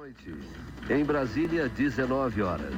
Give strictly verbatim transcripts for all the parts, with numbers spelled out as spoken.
Noite. Em Brasília, dezenove horas.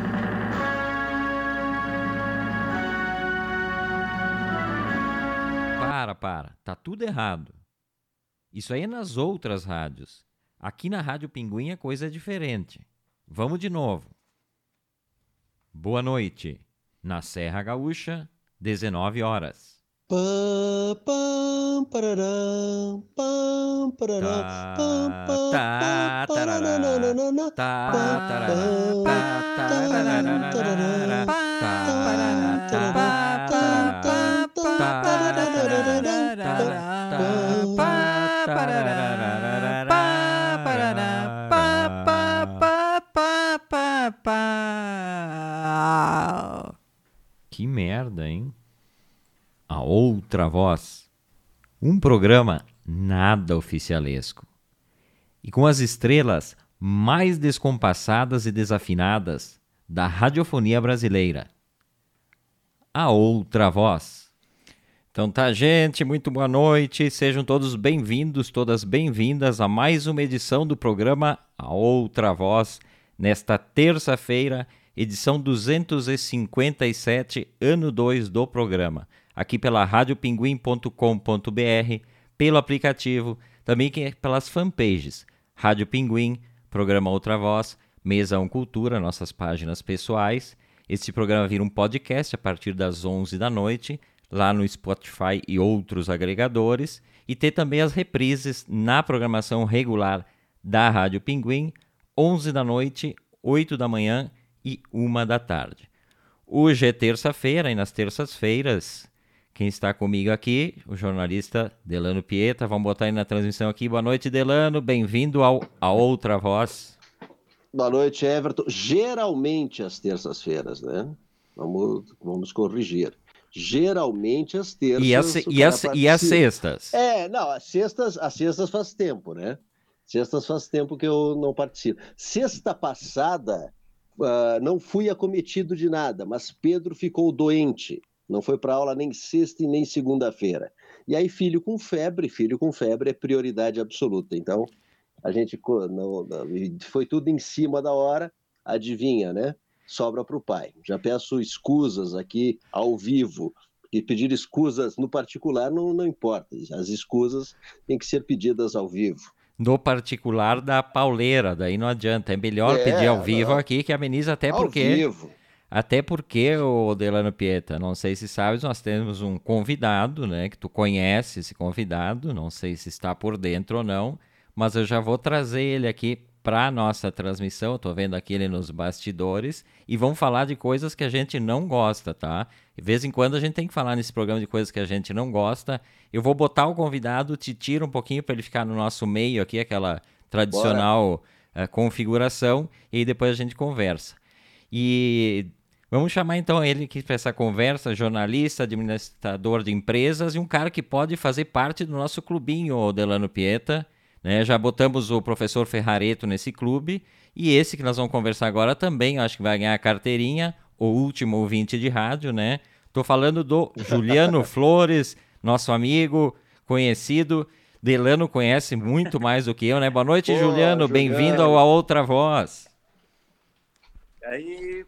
Para, para. Tá tudo errado. Isso aí é nas outras rádios. Aqui na Rádio Pinguim a coisa é diferente. Vamos de novo. Boa noite. Na Serra Gaúcha, dezenove horas. Pam, pam, pararam, pam, pararam, pam, pam, Tá, pam, tarará, parananana, tá, pam, tarará, pam, pá, taram, tarará, tarará, tá, tarará, tá, tam, tam, tam, tá, parararararam, pam, pá, pam. tarará. Que merda, hein? A Outra Voz. Um programa nada oficialesco. E com as estrelas mais descompassadas e desafinadas da radiofonia brasileira. A Outra Voz. Então tá, gente, muito boa noite. Sejam todos bem-vindos, todas bem-vindas a mais uma edição do programa A Outra Voz, nesta terça-feira, edição duzentos e cinquenta e sete, ano dois do programa. Aqui pela rádio pinguim ponto com ponto b r, pelo aplicativo, também pelas fanpages Rádio Pinguim, Programa Outra Voz, Mesa um Cultura, nossas páginas pessoais. Este programa vira um podcast a partir das onze da noite, lá no Spotify e outros agregadores, e ter também as reprises na programação regular da Rádio Pinguim, onze da noite, oito da manhã e uma da tarde. Hoje é terça-feira e nas terças-feiras, quem está comigo aqui, o jornalista Delano Pieta. Vamos botar aí na transmissão aqui. Boa noite, Delano. Bem-vindo ao A Outra Voz. Boa noite, Everton. Geralmente às terças-feiras, né? Vamos, vamos corrigir. Geralmente às terças. E as, e as, e as sextas? É, não, as sextas, as sextas faz tempo, né? Sextas faz tempo que eu não participo. Sexta passada, uh, não fui acometido de nada, mas Pedro ficou doente. Não foi para aula nem sexta e nem segunda-feira. E aí, filho com febre, filho com febre é prioridade absoluta. Então, a gente não, não, foi tudo em cima da hora, adivinha, né? Sobra para o pai. Já peço escusas aqui ao vivo, porque pedir escusas no particular não, não importa. As escusas têm que ser pedidas ao vivo. No particular da pauleira, daí não adianta. É melhor é, pedir ao vivo não. aqui, que ameniza até ao porque... vivo. Até porque, o Delano Pieta, não sei se sabes, nós temos um convidado, né? Que tu conhece esse convidado, não sei se está por dentro ou não, mas eu já vou trazer ele aqui para a nossa transmissão. Estou vendo aqui ele nos bastidores e vamos falar de coisas que a gente não gosta, tá? De vez em quando a gente tem que falar nesse programa de coisas que a gente não gosta. Eu vou botar o convidado, te tiro um pouquinho para ele ficar no nosso meio aqui, aquela tradicional uh, configuração, e aí depois a gente conversa. E vamos chamar então ele aqui para essa conversa, jornalista, administrador de empresas e um cara que pode fazer parte do nosso clubinho, o Delano Pieta, né? Já botamos o professor Ferrareto nesse clube e esse que nós vamos conversar agora também, acho que vai ganhar a carteirinha, o último ouvinte de rádio, né? Tô falando do Juliano Flores, nosso amigo, conhecido. Delano conhece muito mais do que eu, né? Boa noite, Pô, Juliano. Juliano. Bem-vindo ao A Outra Voz. E aí...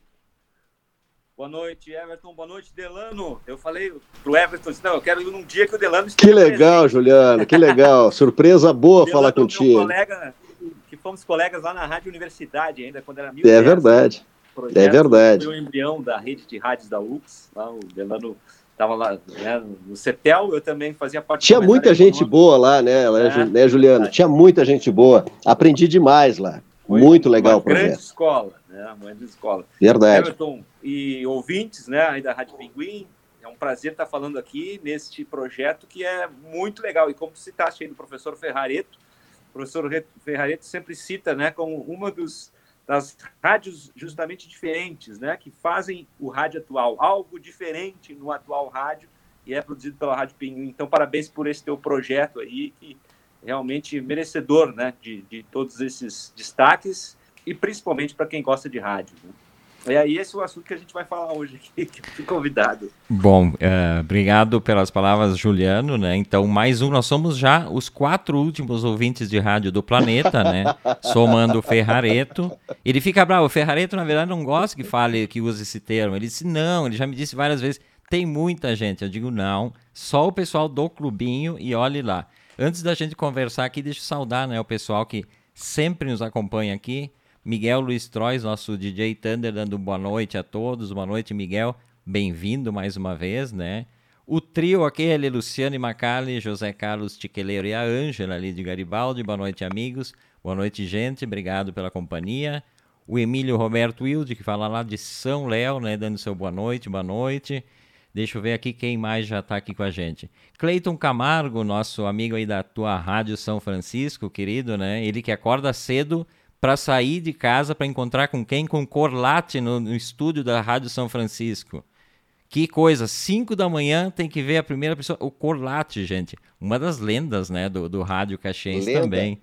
Boa noite, Everton. Boa noite, Delano. Eu falei pro Everton, não, eu quero ir num dia que o Delano esteja Que legal, presente. Juliano, que legal. Surpresa boa falar contigo. Colega, que fomos colegas lá na Rádio Universidade ainda, quando era mil. É verdade, é verdade. Foi o embrião da rede de rádios da U X, lá o Delano estava lá, né, no CETEL, eu também fazia parte... Tinha muita gente boa lá, né, é, né, Juliano? Tinha muita gente boa. Aprendi demais lá. Foi muito legal o projeto. Uma grande escola, né? Uma grande escola. Verdade. Everton e ouvintes, né, aí da Rádio Pinguim, é um prazer estar falando aqui neste projeto que é muito legal. E como citaste aí do professor Ferrareto, o professor Ferrareto sempre cita, né, como uma dos, das rádios justamente diferentes, né, que fazem o rádio atual, algo diferente no atual rádio, e é produzido pela Rádio Pinguim. Então, parabéns por esse teu projeto aí, que realmente merecedor, né, de, de todos esses destaques, e principalmente para quem gosta de rádio, né? E aí esse é o assunto que a gente vai falar hoje aqui, que eu fui convidado. Bom, uh, obrigado pelas palavras, Juliano, né? Então, mais um, nós somos já os quatro últimos ouvintes de rádio do planeta, né? Somando o Ferrareto. Ele fica bravo, o Ferrareto, na verdade, não gosta que fale, que use esse termo. Ele disse, não, ele já me disse várias vezes, tem muita gente. Eu digo, não, só o pessoal do clubinho e olhe lá. Antes da gente conversar aqui, deixa eu saudar, né, o pessoal que sempre nos acompanha aqui. Miguel Luiz Trois, nosso D J Thunder, dando boa noite a todos. Boa noite, Miguel. Bem-vindo mais uma vez, né? O trio aquele, Luciane Macali, José Carlos Tiqueleiro e a Ângela ali de Garibaldi. Boa noite, amigos. Boa noite, gente. Obrigado pela companhia. O Emílio Roberto Wilde, que fala lá de São Léo, né? Dando seu boa noite, boa noite. Deixa eu ver aqui quem mais já está aqui com a gente. Cleiton Camargo, nosso amigo aí da tua Rádio São Francisco, querido, né? Ele que acorda cedo para sair de casa para encontrar com quem? Com Corlate no, no estúdio da Rádio São Francisco. Que coisa, cinco da manhã tem que ver a primeira pessoa, o Corlate, gente. Uma das lendas, né, do, do Rádio Caxiense Lenda. Também.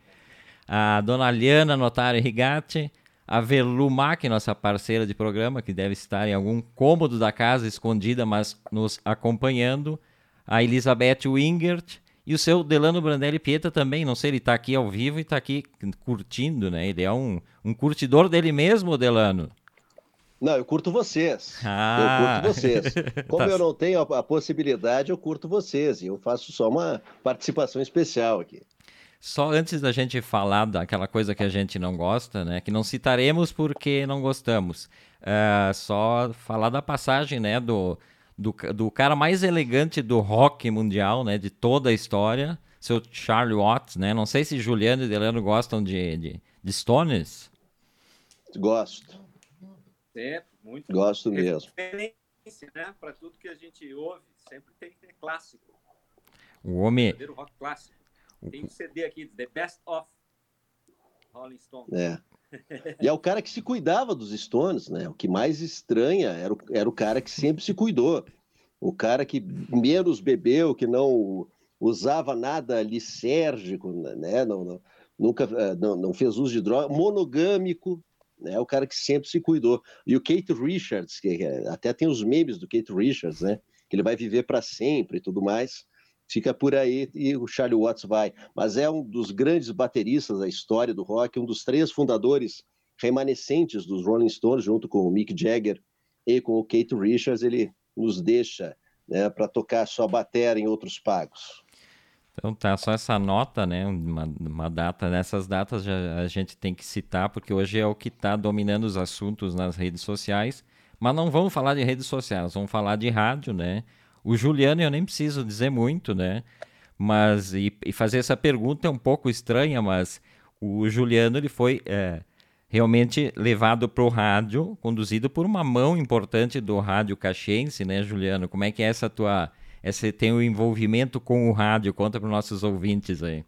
A dona Liana Notari Rigatti, a Velumac, nossa parceira de programa, que deve estar em algum cômodo da casa, escondida, mas nos acompanhando. A Elizabeth Wingert. E o seu Delano Brandelli Pieta também, não sei, ele está aqui ao vivo e está aqui curtindo, né? Ele é um, um curtidor dele mesmo, Delano? Não, eu curto vocês. Ah. Eu curto vocês. Como Tá. eu não tenho a, a possibilidade, eu curto vocês. E eu faço só uma participação especial aqui. Só antes da gente falar daquela coisa que a gente não gosta, né? Que não citaremos porque não gostamos. Uh, só falar da passagem, né? Do... Do, do cara mais elegante do rock mundial, né, de toda a história, seu Charlie Watts, né? Não sei se Juliano e Delano gostam de, de, de Stones. Gosto. Sempre, muito. Gosto mesmo. Né? Para tudo que a gente ouve, sempre tem que ter clássico. O homem... O verdadeiro rock clássico. Tem um C D aqui, The Best of Rolling Stones. É. E é o cara que se cuidava dos Stones, né? O que mais estranha era o, era o cara que sempre se cuidou. O cara que menos bebeu, que não usava nada lisérgico, né? Não, não, nunca não, não fez uso de droga, monogâmico, né? O cara que sempre se cuidou. E o Keith Richards, que até tem os memes do Keith Richards, né? Que ele vai viver para sempre e tudo mais. Fica por aí e o Charlie Watts vai. Mas é um dos grandes bateristas da história do rock, um dos três fundadores remanescentes dos Rolling Stones, junto com o Mick Jagger e com o Keith Richards. Ele nos deixa, né, para tocar sua bateria em outros pagos. Então tá, só essa nota, né, uma, uma data, nessas datas já, a gente tem que citar, porque hoje é o que está dominando os assuntos nas redes sociais, mas não vamos falar de redes sociais, vamos falar de rádio, né? O Juliano, eu nem preciso dizer muito, né? Mas, e, e fazer essa pergunta é um pouco estranha, mas o Juliano, ele foi é, realmente levado para o rádio, conduzido por uma mão importante do rádio caxiense, né, Juliano? Como é que é essa tua... Esse tem o envolvimento com o rádio? Conta para os nossos ouvintes aí.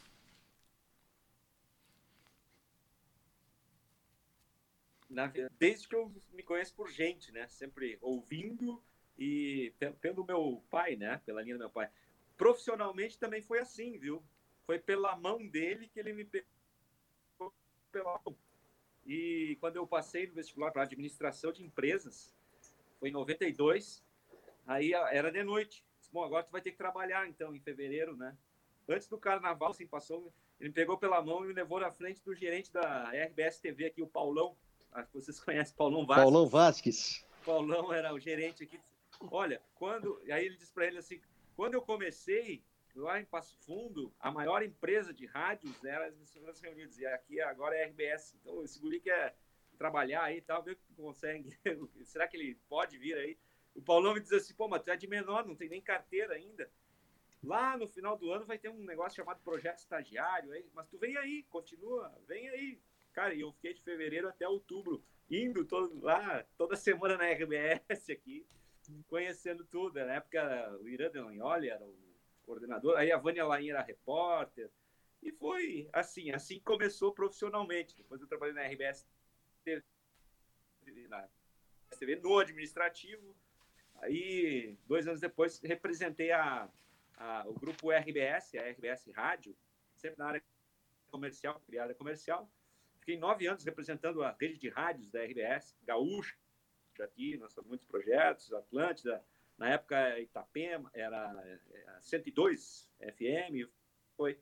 Na, desde que eu me conheço por gente, né? Sempre ouvindo... E pelo meu pai, né? Pela linha do meu pai. Profissionalmente também foi assim, viu? Foi pela mão dele que ele me pegou pela mão. E quando eu passei no vestibular para administração de empresas, foi em noventa e dois, aí era de noite. Bom, agora tu vai ter que trabalhar, então, em fevereiro, né? Antes do carnaval, assim, passou, ele me pegou pela mão e me levou na frente do gerente da R B S T V aqui, o Paulão. Acho que vocês conhecem, Paulão Vasques. Paulão Vasques. Paulão era o gerente aqui. Olha, quando... Aí ele disse para ele assim, quando eu comecei, lá em Passo Fundo, a maior empresa de rádios era as Emissoras Reunidas, e aqui agora é a R B S. Então, esse guri quer trabalhar aí e tal, ver o que consegue. Será que ele pode vir aí? O Paulão me diz assim, pô, mas tu é de menor, não tem nem carteira ainda. Lá no final do ano vai ter um negócio chamado Projeto Estagiário, aí, mas tu vem aí, continua, vem aí. Cara, e eu fiquei de fevereiro até outubro, indo todo, lá, toda semana na R B S aqui, conhecendo tudo. Na época, o Irã Delagnoli era o coordenador, aí a Vânia Lain era a repórter, e foi assim, assim começou profissionalmente. Depois eu trabalhei na R B S T V, na R B S T V no administrativo, aí dois anos depois representei a, a, o grupo R B S, a R B S Rádio, sempre na área comercial, criada comercial. Fiquei nove anos representando a rede de rádios da R B S, gaúcha, aqui, nós temos muitos projetos, Atlântida, na época Itapema, era cento e dois F M, foi.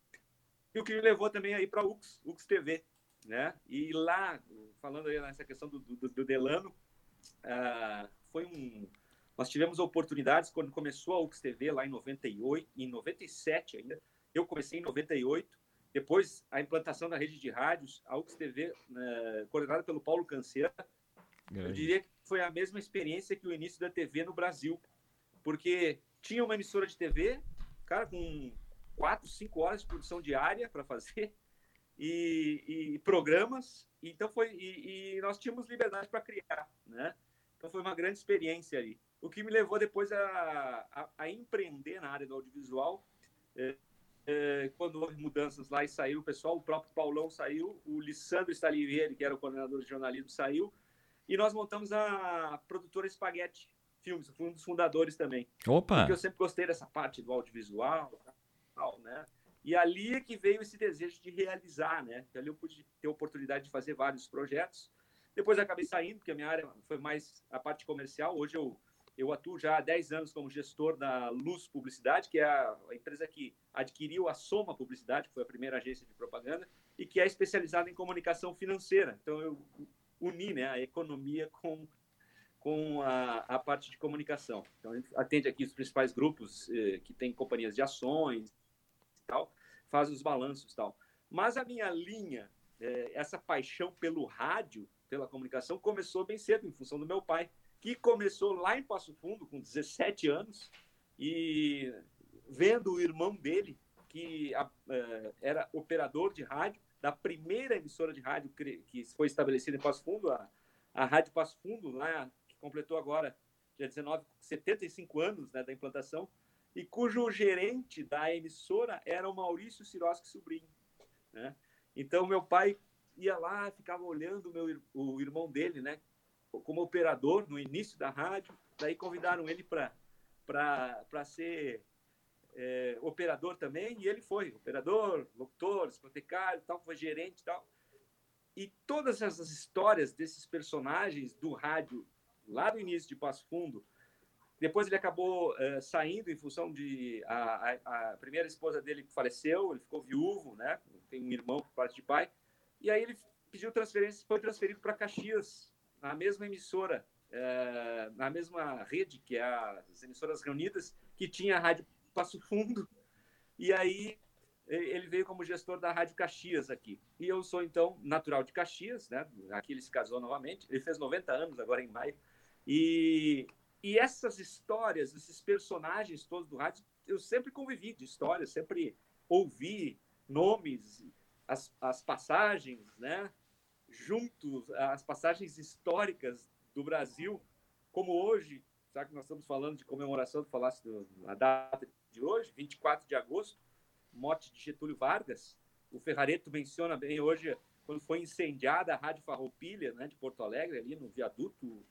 E o que me levou também aí para a U X, U X T V, né? E lá, falando aí nessa questão do, do, do Delano, uh, foi um... Nós tivemos oportunidades quando começou a U X T V lá em noventa e oito, em noventa e sete ainda. Eu comecei em noventa e oito. Depois, a implantação da rede de rádios, a U X T V, uh, coordenada pelo Paulo Canseira. Eu diria que foi a mesma experiência que o início da T V no Brasil. Porque tinha uma emissora de T V, cara, com quatro, cinco horas de produção diária para fazer, e, e programas. Então foi, e, e nós tínhamos liberdade para criar, né? Então foi uma grande experiência ali. O que me levou depois a, a, a empreender na área do audiovisual. É, é, quando houve mudanças lá e saiu o pessoal, o próprio Paulão saiu, o Lissandro Stalivieri, que era o coordenador de jornalismo, saiu, e nós montamos a produtora Spaghetti Filmes. Eu fui um dos fundadores também. Opa! Porque eu sempre gostei dessa parte do audiovisual, tal, né? E ali é que veio esse desejo de realizar, né? Ali eu pude ter a oportunidade de fazer vários projetos. Depois eu acabei saindo, porque a minha área foi mais a parte comercial. Hoje eu, eu atuo já há dez anos como gestor da Luz Publicidade, que é a, a empresa que adquiriu a Soma Publicidade, que foi a primeira agência de propaganda, e que é especializada em comunicação financeira. Então eu uni, né, a economia com, com a, a parte de comunicação. Então a gente atende aqui os principais grupos eh, que têm companhias de ações, tal, faz os balanços e tal. Mas a minha linha, é, essa paixão pelo rádio, pela comunicação, começou bem cedo, em função do meu pai, que começou lá em Passo Fundo, com dezessete anos, e vendo o irmão dele, que a, é, era operador de rádio, da primeira emissora de rádio que foi estabelecida em Passo Fundo, a, a Rádio Passo Fundo, lá, que completou agora, dia dezenove, setenta e cinco anos, né, da implantação, e cujo gerente da emissora era o Maurício Siroski Sobrinho, né? Então, meu pai ia lá, ficava olhando o, meu, o irmão dele, né, como operador no início da rádio. Daí convidaram ele para ser é, operador também, e ele foi operador, locutor, discotecário, tal, foi gerente e tal. E todas essas histórias desses personagens do rádio, lá no início de Passo Fundo, depois ele acabou uh, saindo em função de... A, a, a primeira esposa dele faleceu, ele ficou viúvo, né? Tem um irmão por parte de pai. E aí ele pediu transferência, foi transferido para Caxias, na mesma emissora, uh, na mesma rede, que é as Emissoras Reunidas, que tinha a Rádio Passo Fundo. E aí ele veio como gestor da Rádio Caxias aqui. E eu sou, então, natural de Caxias, né? Aqui ele se casou novamente. Ele fez noventa anos agora em maio. E... E essas histórias, esses personagens todos do rádio, eu sempre convivi de histórias, sempre ouvi nomes, as, as passagens, né? Juntos, as passagens históricas do Brasil, como hoje, já que nós estamos falando de comemoração, tu falasse da data de hoje, vinte e quatro de agosto, morte de Getúlio Vargas. O Ferrareto menciona bem hoje, quando foi incendiada a Rádio Farroupilha, né, de Porto Alegre, ali no viaduto...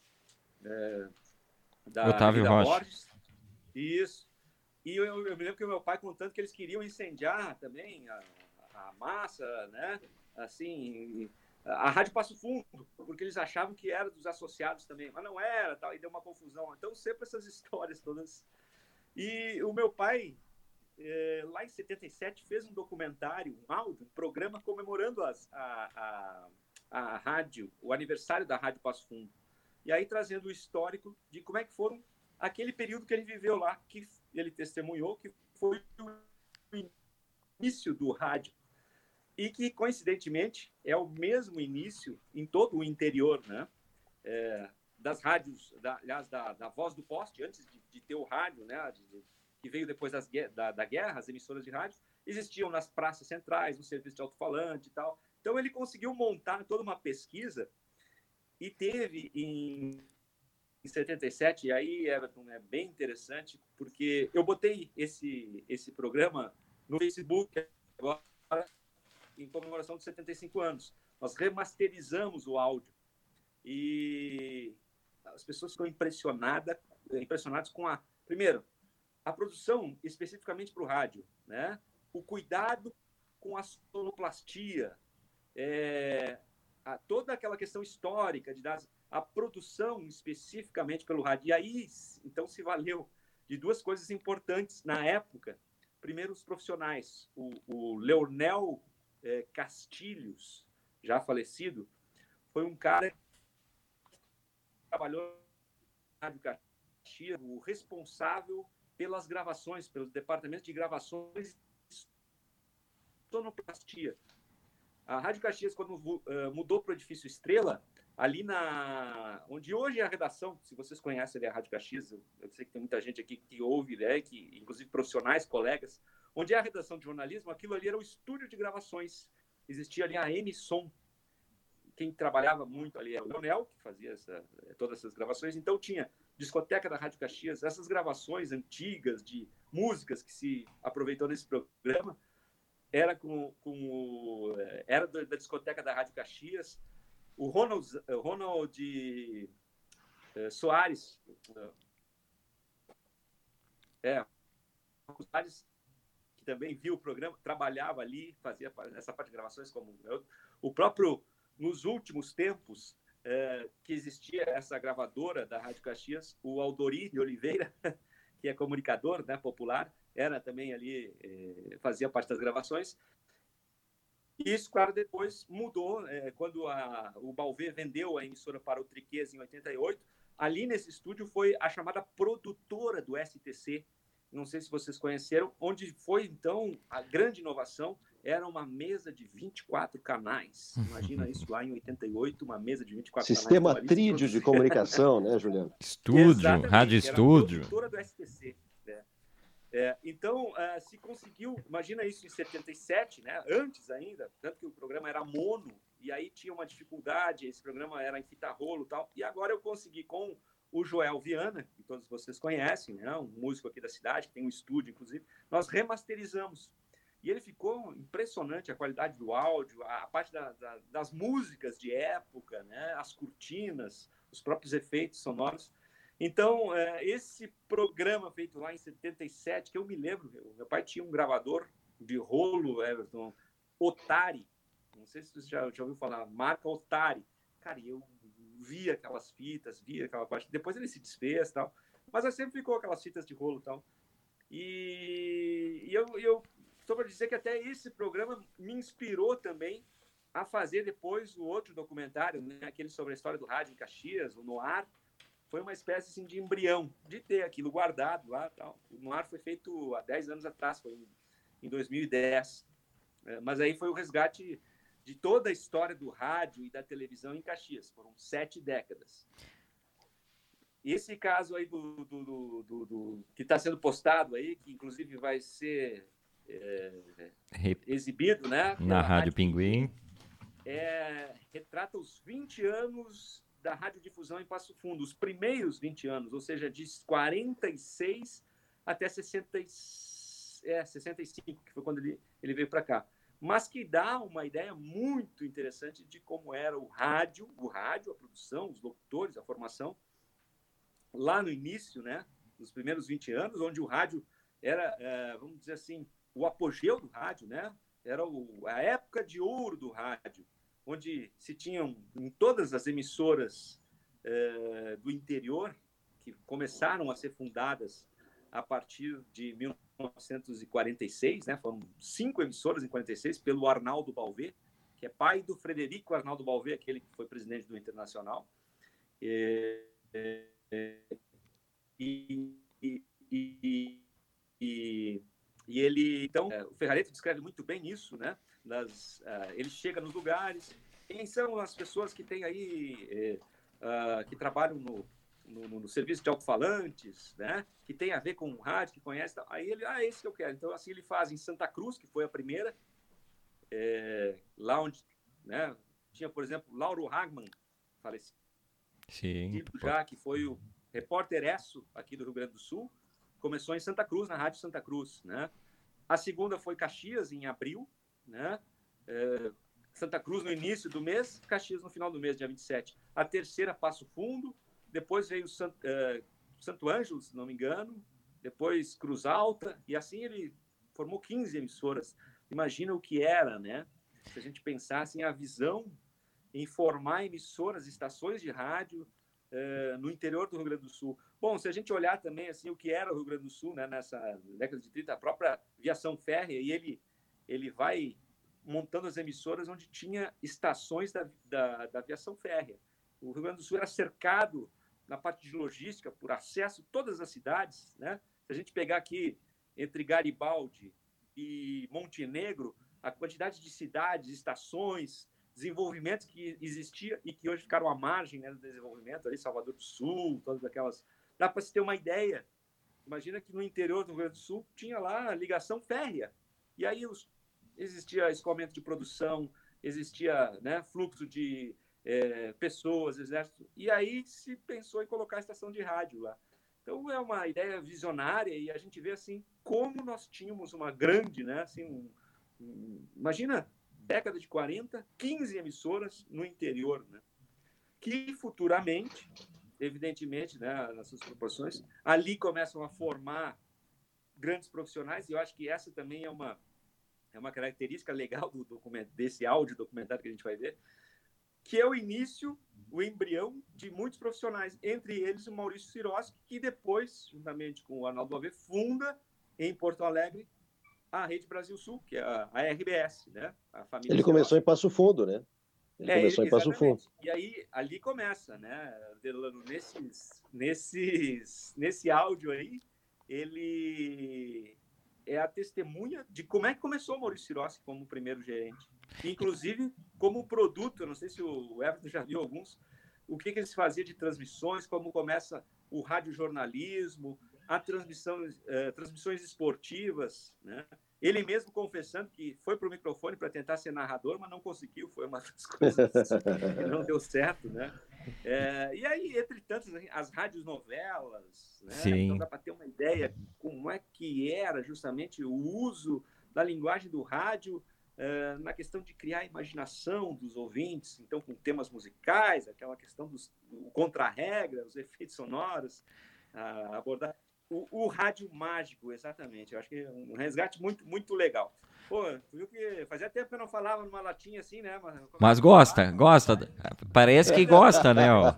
É, da Otávio Avenida Rocha. Borges. Isso. E eu, eu me lembro que o meu pai contando que eles queriam incendiar também a, a massa, né? Assim, a Rádio Passo Fundo, porque eles achavam que era dos associados também, mas não era, tal, e deu uma confusão. Então, sempre essas histórias todas. E o meu pai, é, lá em setenta e sete, fez um documentário, um áudio, um programa comemorando as, a, a, a rádio, o aniversário da Rádio Passo Fundo. E aí trazendo o histórico de como é que foram aquele período que ele viveu lá, que ele testemunhou, que foi o início do rádio. E que, coincidentemente, é o mesmo início em todo o interior, né? É, das rádios, da, aliás, da, da Voz do Poste, antes de, de ter o rádio, né? De, de, que veio depois das, da, da guerra, as emissoras de rádio, existiam nas praças centrais, no serviço de alto-falante e tal. Então, ele conseguiu montar toda uma pesquisa. E teve em, em setenta e sete, e aí, Everton, é bem interessante, porque eu botei esse, esse programa no Facebook agora, em comemoração de setenta e cinco anos. Nós remasterizamos o áudio. E as pessoas ficam impressionadas, impressionadas com a... Primeiro, a produção especificamente para o rádio, né? O cuidado com a sonoplastia, é, a, toda aquela questão histórica de dar a produção especificamente pelo rádio. E aí, então, se valeu de duas coisas importantes na época. Primeiro, os profissionais. O, o Leonel eh, Castilhos, já falecido, foi um cara que trabalhou na Rádio Caxias, o responsável pelas gravações, pelos departamentos de gravações e sonoplastia. A Rádio Caxias, quando uh, mudou para o Edifício Estrela, ali na onde hoje é a redação, se vocês conhecem ali a Rádio Caxias, eu, eu sei que tem muita gente aqui que ouve, né, que, inclusive profissionais, colegas, onde é a redação de jornalismo, aquilo ali era o estúdio de gravações. Existia ali a M-Som. Quem trabalhava muito ali era o Leonel, que fazia essa, todas essas gravações. Então tinha discoteca da Rádio Caxias, essas gravações antigas de músicas que se aproveitou nesse programa, era com, com o, era da, da discoteca da Rádio Caxias. O Ronald, Ronald uh, Soares, uh, é, Soares, que também viu o programa, trabalhava ali, fazia essa parte de gravações como eu. O próprio, nos últimos tempos, uh, que existia essa gravadora da Rádio Caxias, o Aldori de Oliveira, que é comunicador, né, popular, era também ali, eh, fazia parte das gravações. E isso, claro, depois mudou, eh, quando a, o Balvê vendeu a emissora para o Triquez em oitenta e oito, ali nesse estúdio foi a chamada produtora do S T C, não sei se vocês conheceram, onde foi, então, a grande inovação, era uma mesa de vinte e quatro canais. Imagina isso lá em oitenta e oito, uma mesa de vinte e quatro Sistema canais. Sistema trídio de comunicação, né, Juliano? Estúdio, Exatamente, rádio estúdio. Era a produtora do S T C, né? É, então, uh, se conseguiu, imagina isso em setenta e sete, né? Antes ainda, tanto que o programa era mono, e aí tinha uma dificuldade, esse programa era em fita rolo e tal, e agora eu consegui com o Joel Viana, que todos vocês conhecem, né? Um músico aqui da cidade, que tem um estúdio, inclusive, nós remasterizamos. E ele ficou impressionante, a qualidade do áudio, a parte da, da, das músicas de época, né? As cortinas, os próprios efeitos sonoros. Então, esse programa feito lá em setenta e sete, que eu me lembro, meu pai tinha um gravador de rolo, Everton, Otari, não sei se você já, já ouviu falar, marca Otari. Cara, eu via aquelas fitas, via aquela parte, depois ele se desfez e tal, mas sempre ficou aquelas fitas de rolo e tal. E, e eu, eu estou para dizer que até esse programa me inspirou também a fazer depois o outro documentário, né, aquele sobre a história do rádio em Caxias, o Noir. Foi uma espécie assim, de embrião, de ter aquilo guardado lá. Tal. O Noir foi feito há dez anos atrás, foi em dois mil e dez. É, mas aí foi o resgate de toda a história do rádio e da televisão em Caxias. Foram sete décadas. Esse caso aí do, do, do, do, do que está sendo postado aí, que inclusive vai ser é, exibido, né, na Rádio Pinguim, é, retrata os vinte anos da radiodifusão em Passo Fundo, os primeiros vinte anos, ou seja, de quarenta e seis até sessenta, é, sessenta e cinco, que foi quando ele, ele veio para cá. Mas que dá uma ideia muito interessante de como era o rádio, o rádio, a produção, os locutores, a formação, lá no início, né, nos primeiros vinte anos, onde o rádio era, é, vamos dizer assim, o apogeu do rádio, né? Era o, a época de ouro do rádio, onde se tinham em todas as emissoras eh, do interior, que começaram a ser fundadas a partir de mil novecentos e quarenta e seis, né? Foram cinco emissoras em quarenta e seis, pelo Arnaldo Balvê, que é pai do Frederico Arnaldo Balvê, aquele que foi presidente do Internacional. E, e, e, e, e, e ele, então, o Ferrareto descreve muito bem isso, né? Das, uh, ele chega nos lugares. Quem são as pessoas que têm aí, eh, uh, que trabalham no, no, no serviço de alto-falantes, né? Que tem a ver com o rádio, que conhece. Aí ele, ah, é esse que eu quero. Então, assim, ele faz em Santa Cruz, que foi a primeira, é, lá onde, né? Tinha, por exemplo, Lauro Hagman, falecido. Sim. Já, que foi o repórter Esso aqui do Rio Grande do Sul, começou em Santa Cruz, na Rádio Santa Cruz, né? A segunda foi Caxias, em abril, né? É, Santa Cruz no início do mês, Caxias no final do mês, dia vinte e sete. A terceira, Passo Fundo, depois veio Santo, uh, Santo Ângelo, se não me engano, depois Cruz Alta, e assim ele formou quinze emissoras. Imagina o que era, né? Se a gente pensasse em a visão em formar emissoras, estações de rádio uh, no interior do Rio Grande do Sul. Bom, se a gente olhar também assim, o que era o Rio Grande do Sul, né, nessa década de trinta, a própria viação férrea, e ele, ele vai montando as emissoras onde tinha estações da, da, da aviação férrea. O Rio Grande do Sul era cercado, na parte de logística, por acesso a todas as cidades, né? Se a gente pegar aqui, entre Garibaldi e Montenegro, a quantidade de cidades, estações, desenvolvimentos que existia e que hoje ficaram à margem, né, do desenvolvimento, ali Salvador do Sul, todas aquelas... Dá para se ter uma ideia. Imagina que no interior do Rio Grande do Sul tinha lá ligação férrea. E aí os... existia escoamento de produção, existia, né, fluxo de é, pessoas, exército. E aí se pensou em colocar a estação de rádio lá. Então é uma ideia visionária e a gente vê assim como nós tínhamos uma grande, né, assim, um, um, imagina, década de quarenta, quinze emissoras no interior, né, que futuramente, evidentemente, né, nas suas proporções, ali começam a formar grandes profissionais, e eu acho que essa também é uma, é uma característica legal do documento, desse áudio documentário que a gente vai ver, que é o início, o embrião de muitos profissionais, entre eles o Maurício Sirotsky, que depois, juntamente com o Arnaldo Ave, funda em Porto Alegre a Rede Brasil Sul, que é a, a R B S, né? A família Ele começou Sirotsky. em Passo Fundo, né? Ele é, começou em Passo Fundo. E aí, ali começa, né, Delano, nesses, nesses, nesse áudio aí, ele é a testemunha de como é que começou o Maurício Sirotsky como primeiro gerente. Inclusive, como produto, eu não sei se o Everton já viu alguns, o que, que eles faziam de transmissões, como começa o radiojornalismo, a transmissão, eh, transmissões esportivas, né? Ele mesmo confessando que foi para o microfone para tentar ser narrador, mas não conseguiu, foi uma das coisas que não deu certo, né? É, e aí, entre tantas, as rádios novelas, né? Sim. Então dá para ter uma ideia como é que era justamente o uso da linguagem do rádio é, na questão de criar a imaginação dos ouvintes, então com temas musicais, aquela questão dos, do contra-regra, os efeitos sonoros, a abordar... O, o rádio mágico, exatamente. Eu acho que é um resgate muito, muito legal. Pô, tu viu que fazia tempo que eu não falava numa latinha assim, né? Mas, Mas gosta, falar, gosta. Né? Parece que gosta, né? Ó.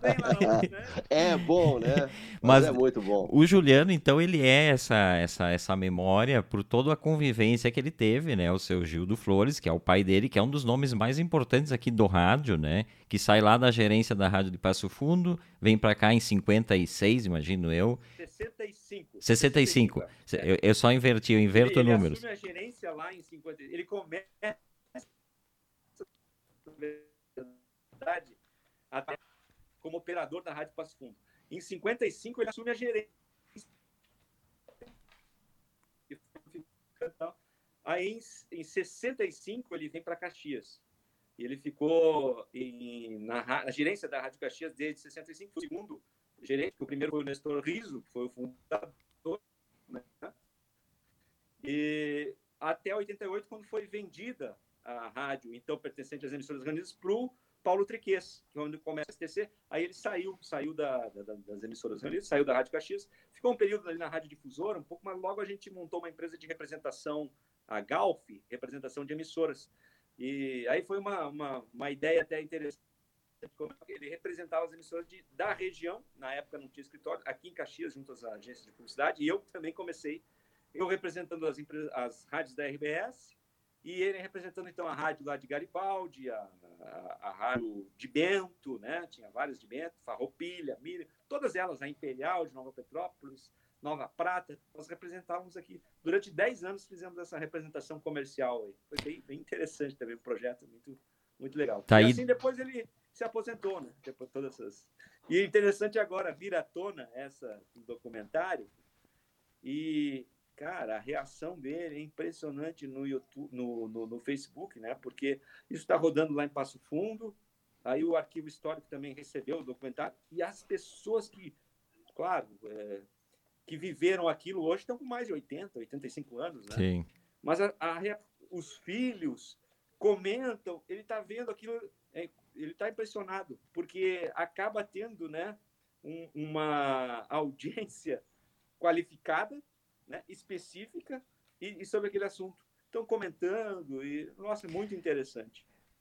É bom, né? Mas, Mas é muito bom. O Juliano, então, ele é essa, essa, essa memória por toda a convivência que ele teve, né? O seu Gildo Flores, que é o pai dele, que é um dos nomes mais importantes aqui do rádio, né? Que sai lá da gerência da Rádio de Passo Fundo, vem para cá em cinquenta e seis, imagino eu. sessenta e cinco. sessenta e cinco. Eu, eu só inverti, eu inverto ele, números. Ele assume a gerência lá em cinquenta. Ele começa até como operador da Rádio Passo Fundo. Em cinquenta e cinco ele assume a gerência. Aí em, em sessenta e cinco ele vem para Caxias. E ele ficou em, na, na gerência da Rádio Caxias desde sessenta e cinco, o segundo gerente, que o primeiro foi o Nestor Riso, que foi o fundador, né? E até oitenta e oito, quando foi vendida a rádio, então pertencente às emissoras grandes, para o Paulo Triquês, que é onde começa a S T C. Aí ele saiu, saiu da, da, das emissoras grandes, saiu da Rádio Caxias, ficou um período ali na Rádio Difusora, um pouco, mas logo a gente montou uma empresa de representação, a Galf, representação de emissoras. E aí foi uma, uma, uma ideia até interessante. Ele representava as emissoras de, da região, na época não tinha escritório, aqui em Caxias, junto às agências de publicidade, e eu também comecei, eu representando as, empresas, as rádios da R B S, e ele representando então a rádio lá de Garibaldi, a, a, a rádio de Bento, né? Tinha várias de Bento, Farroupilha, Miriam, todas elas, a Imperial de Nova Petrópolis, Nova Prata, nós representávamos aqui. Durante dez anos fizemos essa representação comercial aí. Foi bem, bem interessante também o projeto, muito, muito legal. Tá e aí... assim depois ele se aposentou, né? Depois todas essas... E interessante agora vir à tona essa do documentário e, cara, a reação dele é impressionante no YouTube, no, no, no Facebook, né? Porque isso está rodando lá em Passo Fundo, aí o Arquivo Histórico também recebeu o documentário e as pessoas que, claro, é, que viveram aquilo hoje estão com mais de oitenta, oitenta e cinco anos, né? Sim. Mas a, a, os filhos comentam, ele está vendo aquilo, é, ele está impressionado, porque acaba tendo, né, um, uma audiência qualificada, né, específica e, e sobre aquele assunto. Estão comentando e, nossa, muito interessante.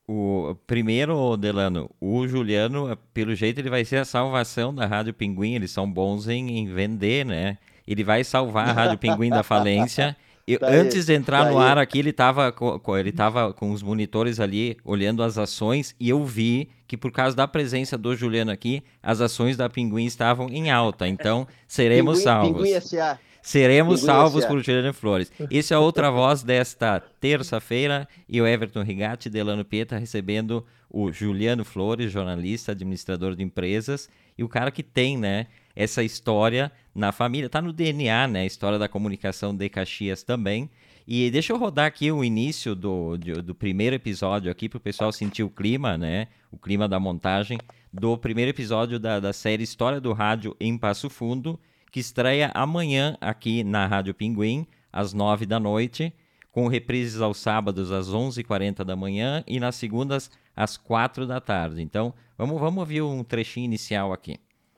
O primeiro, Delano, o Juliano, pelo jeito, ele vai ser a salvação da Rádio Pinguim. Eles são bons em, em vender, né? Ele vai salvar a Rádio Pinguim da falência. Eu, Tá antes de aí, entrar tá no aí. ar aqui, ele estava com, ele tava com os monitores ali, olhando as ações, e eu vi que por causa da presença do Juliano aqui, as ações da Pinguim estavam em alta. Então, seremos Pinguim, salvos. Pinguim S A. Seremos Pinguim salvos S A. por Juliano Flores. Esse é a outra voz desta terça-feira, e o Everton Rigatti, Delano Pieta, recebendo o Juliano Flores, jornalista, administrador de empresas, e o cara que tem, né, essa história na família. Tá no D N A, né, a história da comunicação de Caxias também. E deixa eu rodar aqui o início do, do, do primeiro episódio aqui, para o pessoal sentir o clima, né, o clima da montagem, do primeiro episódio da, da série História do Rádio em Passo Fundo, que estreia amanhã aqui na Rádio Pinguim, às nove da noite, com reprises aos sábados às onze e quarenta da manhã e nas segundas às quatro da tarde. Então, vamos, vamos ouvir um trechinho inicial aqui.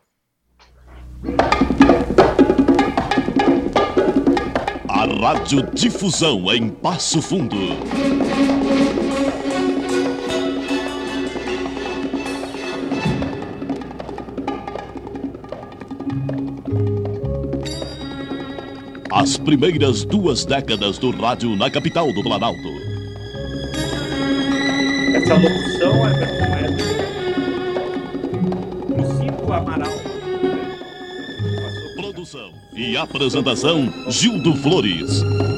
A radiodifusão em Passo Fundo. As primeiras duas décadas do rádio na capital do Planalto. Essa locução é do Lucindo Amaral. Produção e apresentação, Gildo Flores.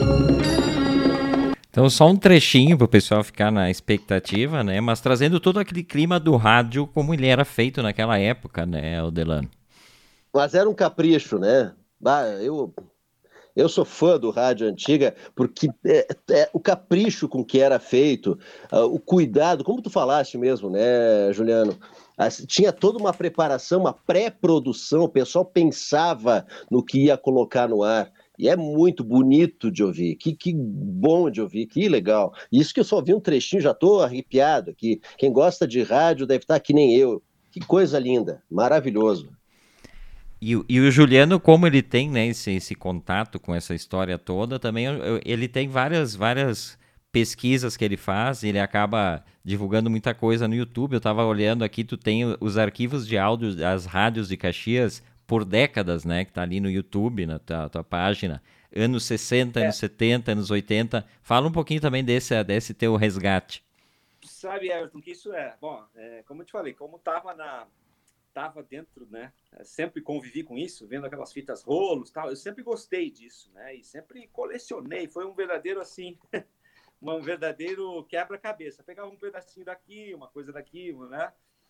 Então, só um trechinho para o pessoal ficar na expectativa, né? Mas trazendo todo aquele clima do rádio como ele era feito naquela época, né, Delano? Mas era um capricho, né? Ah, eu... Eu sou fã do rádio antiga porque é, é, o capricho com que era feito, uh, o cuidado, como tu falaste mesmo, né, Juliano? Uh, tinha toda uma preparação, uma pré-produção, o pessoal pensava no que ia colocar no ar. E é muito bonito de ouvir, que, que bom de ouvir, que legal. Isso que eu só vi um trechinho, já estou arrepiado aqui. Quem gosta de rádio deve estar que nem eu. Que coisa linda, maravilhoso. E, e o Juliano, como ele tem, né, esse, esse contato com essa história toda, também ele tem várias, várias pesquisas que ele faz, ele acaba divulgando muita coisa no YouTube. Eu estava olhando aqui, tu tem os arquivos de áudio das rádios de Caxias por décadas, né, que tá ali no YouTube, na tua, tua página, anos sessenta, é. anos setenta, anos oitenta. Fala um pouquinho também desse, desse teu resgate. Sabe, Everton, que isso é, bom, é, como eu te falei, como estava na... estava dentro, né? Sempre convivi com isso, vendo aquelas fitas rolos, tal. Eu sempre gostei disso, né? E sempre colecionei. Foi um verdadeiro assim, um verdadeiro quebra-cabeça. Pegava um pedacinho daqui, uma coisa daqui, né?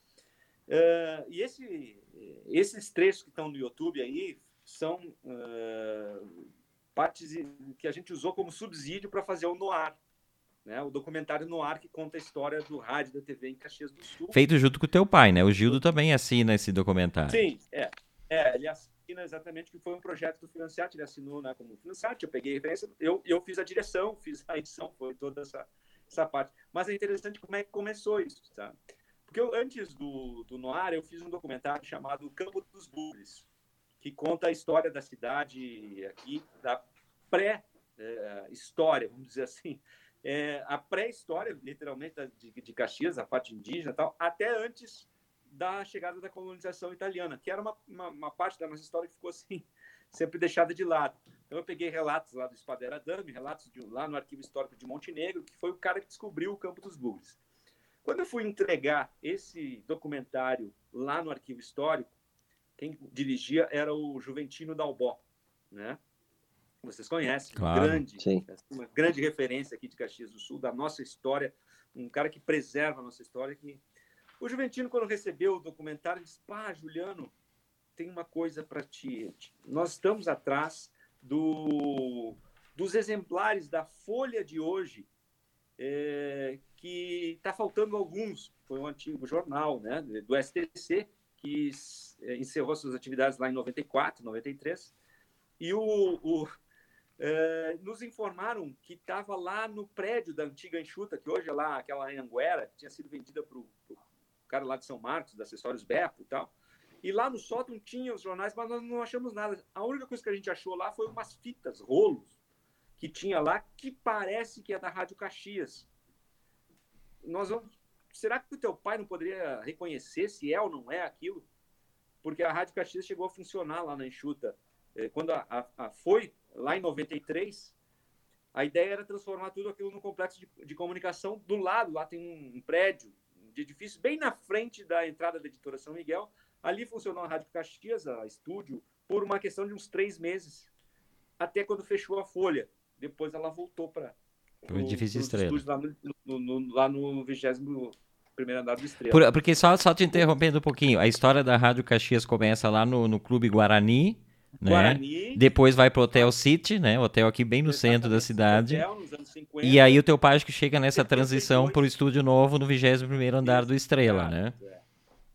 Uh, e esse, esses trechos que estão no YouTube aí são uh, partes que a gente usou como subsídio para fazer o Noir. Né, o documentário Noir, que conta a história do rádio da T V em Caxias do Sul. Feito junto com o teu pai, né? O Gildo também assina esse documentário. Sim, é. é ele assina exatamente, que foi um projeto do Financiarte, ele assinou, né, como Financiarte, eu peguei referência, eu, eu fiz a direção, fiz a edição, foi toda essa, essa parte. Mas é interessante como é que começou isso, sabe? Porque eu, antes do, do Noir, eu fiz um documentário chamado Campo dos Bugres, que conta a história da cidade aqui, da pré-história, vamos dizer assim, É, a pré-história, literalmente, de, de Caxias, a parte indígena e tal, até antes da chegada da colonização italiana, que era uma, uma, uma parte da nossa história que ficou assim, sempre deixada de lado. Então, eu peguei relatos lá do Espadeira Dame, relatos de, lá no Arquivo Histórico de Montenegro, que foi o cara que descobriu o Campo dos Bugres. Quando eu fui entregar esse documentário lá no Arquivo Histórico, quem dirigia era o Juventino Dalbó, né? Vocês conhecem, claro, um grande, sim. uma grande referência aqui de Caxias do Sul, da nossa história, um cara que preserva a nossa história. Que... O Juventino, quando recebeu o documentário, disse: pá, Juliano, tem uma coisa para ti. Nós estamos atrás do, dos exemplares da Folha de hoje, é, que está faltando alguns. Foi um antigo jornal, né, do S T C, que encerrou suas atividades lá em noventa e quatro, noventa e três. E o... o Uh, nos informaram que estava lá no prédio da antiga Enxuta, que hoje é lá aquela Anhanguera, que tinha sido vendida para o cara lá de São Marcos, da Acessórios Beppo e tal. E lá no sótão tinha os jornais, mas nós não achamos nada. A única coisa que a gente achou lá foi umas fitas, rolos, que tinha lá, que parece que é da Rádio Caxias. Nós vamos será que o teu pai não poderia reconhecer se é ou não é aquilo? Porque a Rádio Caxias chegou a funcionar lá na Enxuta. Quando a, a, a foi, lá em noventa e três, a ideia era transformar tudo aquilo num complexo de, de comunicação. Do lado, lá tem um, um prédio de edifício, bem na frente da entrada da Editora São Miguel. Ali funcionou a Rádio Caxias, a estúdio, por uma questão de uns três meses, até quando fechou a Folha. Depois ela voltou para o edifício Estrela. Lá no, no, no, lá no vigésimo primeiro andar do Estrela. Por, porque só, só te interrompendo um pouquinho, a história da Rádio Caxias começa lá no, no Clube Guarani, né? Guarani. Depois vai pro Hotel City, né? Hotel aqui bem no centro da cidade. Hotel, nos anos cinquenta. E aí o teu pai acho que chega nessa transição pro estúdio novo no vigésimo primeiro andar Isso, do Estrela, claro, né? É.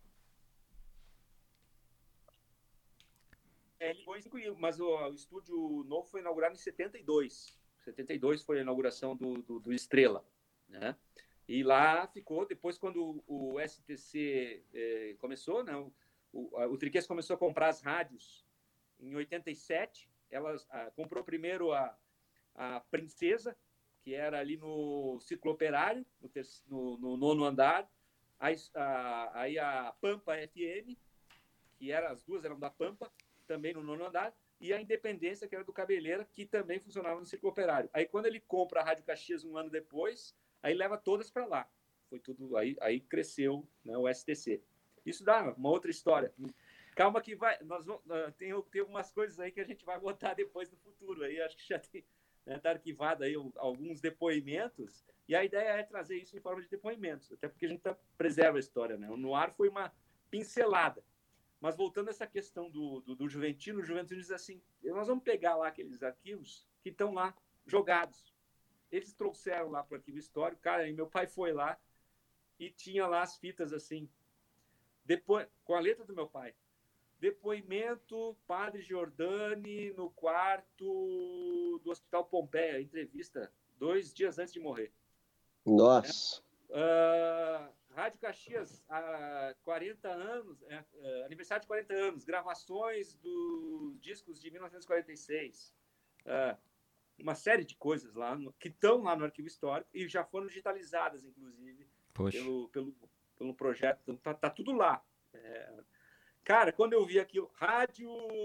É, ele foi, mas o, o estúdio novo foi inaugurado em setenta e dois. setenta e dois foi a inauguração do, do, do Estrela, né? E lá ficou, depois quando o, o S T C eh, começou, né? O, o, o Triquês começou a comprar as rádios em oitenta e sete. Ela a, comprou primeiro a, a Princesa, que era ali no Ciclo Operário, no, ter, no, no nono andar. Aí a, aí a Pampa F M, que era, as duas eram da Pampa, também no nono andar, e a Independência, que era do Cabeleira, que também funcionava no Ciclo Operário. Aí, quando ele compra a Rádio Caxias um ano depois, aí leva todas para lá. Foi tudo, aí, aí cresceu, né, o S T C. Isso dá uma outra história. Calma que vai, nós vamos, tem, tem algumas coisas aí que a gente vai botar depois no futuro. Aí acho que já tem, né, tá arquivado aí alguns depoimentos, e a ideia é trazer isso em forma de depoimentos, até porque a gente tá, preserva a história, né? No ar foi uma pincelada. Mas voltando a essa questão do, do, do Juventino, o Juventino diz assim, nós vamos pegar lá aqueles arquivos que estão lá jogados. Eles trouxeram lá para o arquivo histórico, cara, e meu pai foi lá e tinha lá as fitas assim, depois, com a letra do meu pai. Depoimento, Padre Giordani no quarto do Hospital Pompeia, entrevista, dois dias antes de morrer. Nossa! É? Uh, Rádio Caxias, há quarenta anos, é, é, aniversário de quarenta anos, gravações dos discos de mil novecentos e quarenta e seis, é, uma série de coisas lá, no, que estão lá no arquivo histórico e já foram digitalizadas, inclusive, pelo, pelo, pelo projeto, então tá, tá tudo lá. É, cara, quando eu vi aquilo, rádio,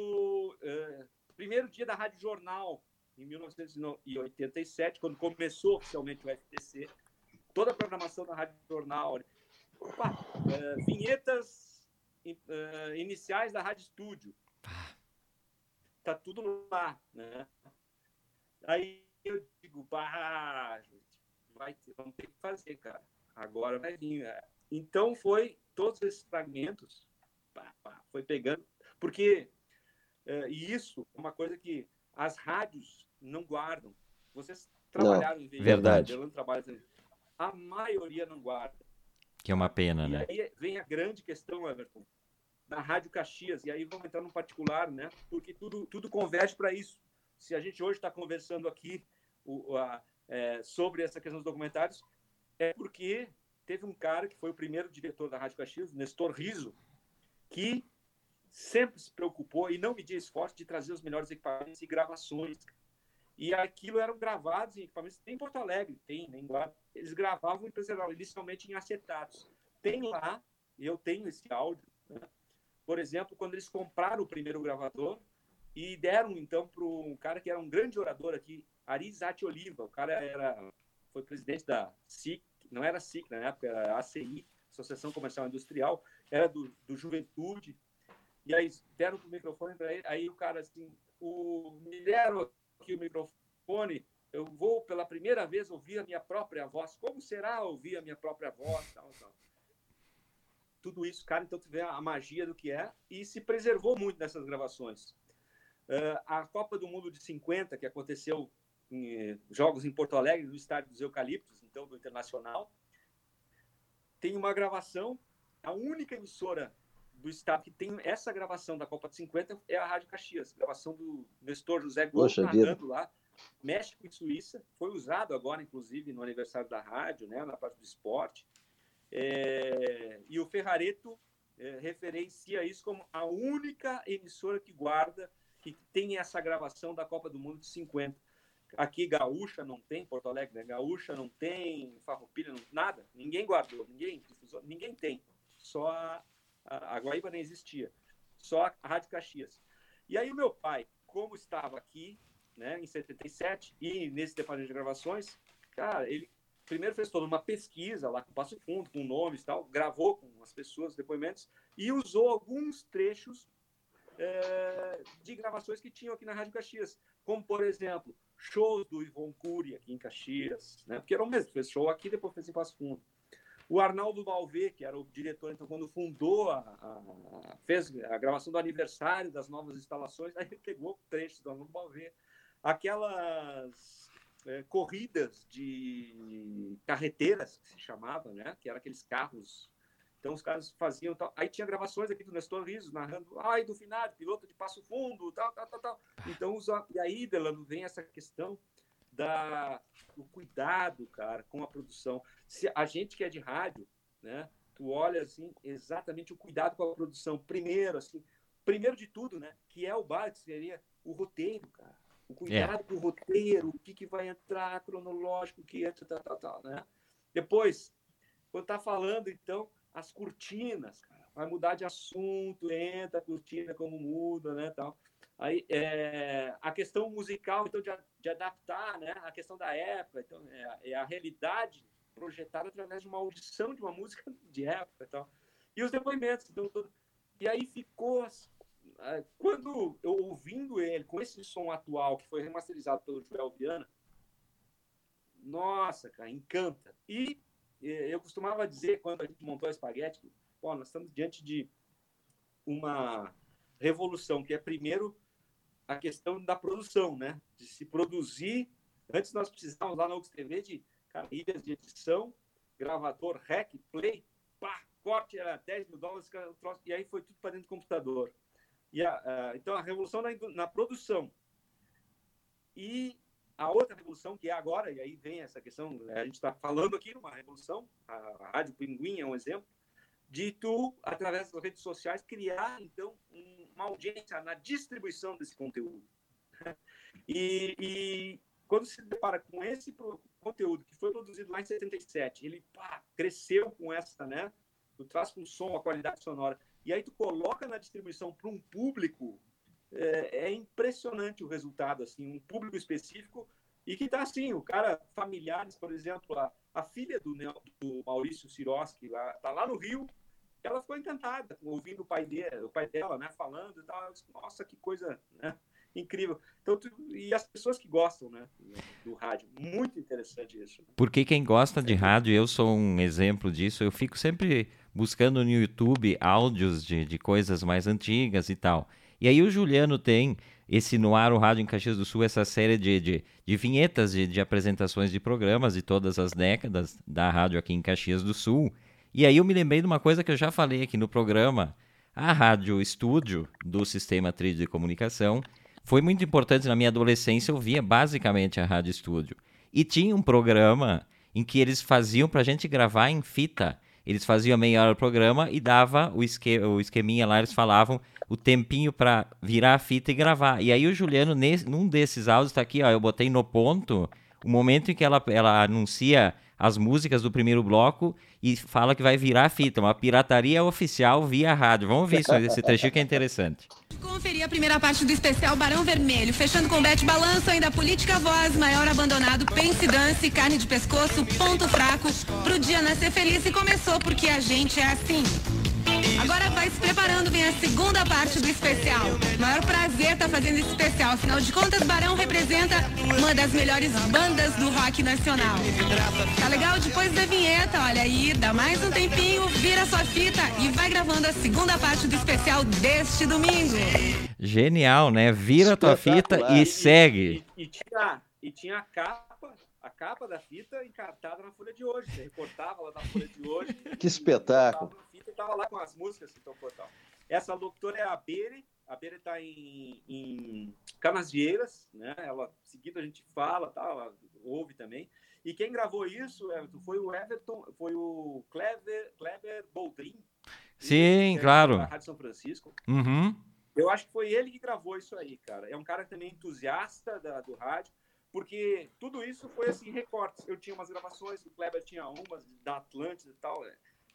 é, primeiro dia da Rádio Jornal, em mil novecentos e oitenta e sete, quando começou oficialmente o F T C, toda a programação da Rádio Jornal, opa, uh, vinhetas uh, iniciais da Rádio Estúdio. Tá tudo lá, né? Aí eu digo, bah, gente, vai ter, vamos ter que fazer, cara. Agora vai vir. Né? Então foi todos esses fragmentos, pá, pá, foi pegando, porque uh, e isso é uma coisa que as rádios não guardam. Vocês trabalharam não, em verdade. Trabalho, a maioria não guarda. Que é uma pena, e né? E aí vem a grande questão, Everton, da Rádio Caxias, e aí vamos entrar no particular, né? Porque tudo, tudo converge para isso. Se a gente hoje está conversando aqui o, a, é, sobre essa questão dos documentários, é porque teve um cara que foi o primeiro diretor da Rádio Caxias, Nestor Riso, que sempre se preocupou e não media esforço de trazer os melhores equipamentos e gravações. E aquilo eram gravados em equipamentos, tem em Porto Alegre, tem, nem lá. Eles gravavam e preservavam, inicialmente em acetatos. Tem lá, eu tenho esse áudio, né? Por exemplo, quando eles compraram o primeiro gravador e deram, então, para um cara que era um grande orador aqui, Arizati Oliva. O cara era, foi presidente da S I C, não era S I C na época, era A C I, Associação Comercial Industrial, era do, do Juventude. E aí deram o microfone para ele, aí o cara assim, o, me deram aqui o microfone, eu vou pela primeira vez ouvir a minha própria voz. Como será ouvir a minha própria voz? Tal, tal. Tudo isso, cara, então tu vê a magia do que é, e se preservou muito nessas gravações. Uh, a Copa do Mundo de cinquenta, que aconteceu em jogos em Porto Alegre, no Estádio dos Eucaliptos, então do Internacional, tem uma gravação, a única emissora do estado que tem essa gravação da Copa de cinquenta é a Rádio Caxias, gravação do Nestor José Gomes narrando lá, México e Suíça, foi usado agora, inclusive, no aniversário da rádio, né, na parte do esporte, é, e o Ferrareto é, referencia isso como a única emissora que guarda, que tem essa gravação da Copa do Mundo de cinquenta. Aqui, Gaúcha não tem, Porto Alegre, né? Gaúcha não tem, Farroupilha, não, nada. Ninguém guardou, ninguém, ninguém tem. Só a, a, a Guaíba nem existia. Só a Rádio Caxias. E aí o meu pai, como estava aqui, né, em setenta e sete, e nesse departamento de gravações, cara, ele primeiro fez toda uma pesquisa lá com Passo Fundo, com nomes e tal, gravou com as pessoas, depoimentos, e usou alguns trechos é, de gravações que tinham aqui na Rádio Caxias, como, por exemplo, shows do Ivon Cury aqui em Caxias, né, porque era o mesmo, fez show aqui, depois fez em Passo Fundo. O Arnaldo Balvê, que era o diretor, então, quando fundou, a, a, a, fez a gravação do aniversário das novas instalações, aí ele pegou trechos do Arnaldo Balvê. Aquelas é, corridas de carreteiras, que se chamava, né? Que eram aqueles carros. Então, os caras faziam... Tal. Aí tinha gravações aqui do Nestor Rizzo, narrando, ai, do finado, piloto de Passo Fundo, tal, tal, tal, tal. Então, os, e aí, Delano, vem essa questão da, do cuidado, cara, com a produção. Se a gente que é de rádio, né? Tu olha, assim, exatamente o cuidado com a produção. Primeiro, assim, primeiro de tudo, né? Que é o básico, seria o roteiro, cara. O cuidado é. com o roteiro, o que, que vai entrar, cronológico, o que é, tal, tal, tal, né? Depois, quando tá falando, então, as cortinas, cara, vai mudar de assunto, entra a cortina, como muda, né, tal. Aí, é, a questão musical, então, de, de adaptar, né, a questão da época, então, é, é a realidade projetada através de uma audição de uma música de época e tal. E os depoimentos, então, todo... e aí ficou... Quando eu ouvindo ele com esse som atual, que foi remasterizado pelo Joel Viana, nossa, cara, encanta. E eu costumava dizer, quando a gente montou a Espaguete, que, pô, nós estamos diante de uma revolução, que é, primeiro, a questão da produção, né? De se produzir. Antes nós precisávamos lá na U X T V de, cara, ilhas de edição, gravador, rec, play, pá, corte, era dez mil dólares, e aí foi tudo para dentro do computador. E a, a, então, a revolução na, na produção. E a outra revolução, que é agora, e aí vem essa questão, a gente está falando aqui numa revolução, a, a Rádio Pinguim é um exemplo, de tu, através das redes sociais, criar, então, um, uma audiência na distribuição desse conteúdo. E, e quando se depara com esse pro, conteúdo que foi produzido lá em setenta e sete, ele pá, cresceu com essa, né? Tu traz com o som, a qualidade sonora, e aí tu coloca na distribuição para um público, é, é impressionante o resultado, assim, um público específico, e que está assim, o cara, familiares, por exemplo, a, a filha do, do Maurício Siroski, lá, tá lá no Rio, ela ficou encantada, ouvindo o pai, dele, o pai dela, né, falando e tal, ela disse, nossa, que coisa, né, incrível. Então, tu, e as pessoas que gostam, né, do rádio, muito interessante isso. Né? Porque quem gosta de rádio, eu sou um exemplo disso, eu fico sempre buscando no YouTube áudios de, de coisas mais antigas e tal. E aí o Juliano tem esse No Ar, o Rádio em Caxias do Sul, essa série de, de, de vinhetas de, de apresentações de programas de todas as décadas da rádio aqui em Caxias do Sul. E aí eu me lembrei de uma coisa que eu já falei aqui no programa. A Rádio Estúdio do Sistema Tríade de Comunicação foi muito importante na minha adolescência, eu via basicamente a Rádio Estúdio. E tinha um programa em que eles faziam pra gente gravar em fita. Eles faziam meia hora do programa e dava o, esque, o esqueminha lá, eles falavam o tempinho para virar a fita e gravar. E aí o Juliano, nesse, num desses áudios, tá aqui, ó, eu botei no ponto o momento em que ela, ela anuncia as músicas do primeiro bloco e fala que vai virar a fita, uma pirataria oficial via rádio. Vamos ver isso, esse trechinho que é interessante. Conferir a primeira parte do especial Barão Vermelho, fechando com Bete Balanço, ainda Política Voz, Maior Abandonado, Pense Dance, Carne de Pescoço, Ponto Fraco, pro dia nascer feliz, e começou porque a gente é assim. Agora vai se preparando, vem a segunda parte do especial. Maior prazer estar fazendo esse especial, afinal de contas, Barão representa uma das melhores bandas do rock nacional. Tá legal? Depois da vinheta, olha aí, dá mais um tempinho, vira sua fita e vai gravando a segunda parte do especial deste domingo. Genial, né? Vira tua fita e, e segue. E, e, e, tinha, e tinha a capa, a capa da fita encartada na folha de hoje. Você recortava lá na folha de hoje. Que espetáculo. Estava lá com as músicas que estão por tal. Essa locutora é a Bere. A Bere está em, em Canasvieiras, né? Ela, seguido a gente fala, tá? Ela ouve também. E quem gravou isso, Everton, foi o Everton, foi o Kleber, Kleber Boldrin. Sim, claro. Da Rádio São Francisco. Uhum. Eu acho que foi ele que gravou isso aí, cara. É um cara também entusiasta da, do rádio. porque tudo isso foi assim, recortes. Eu tinha umas gravações, o Kleber tinha umas, da Atlântida e tal,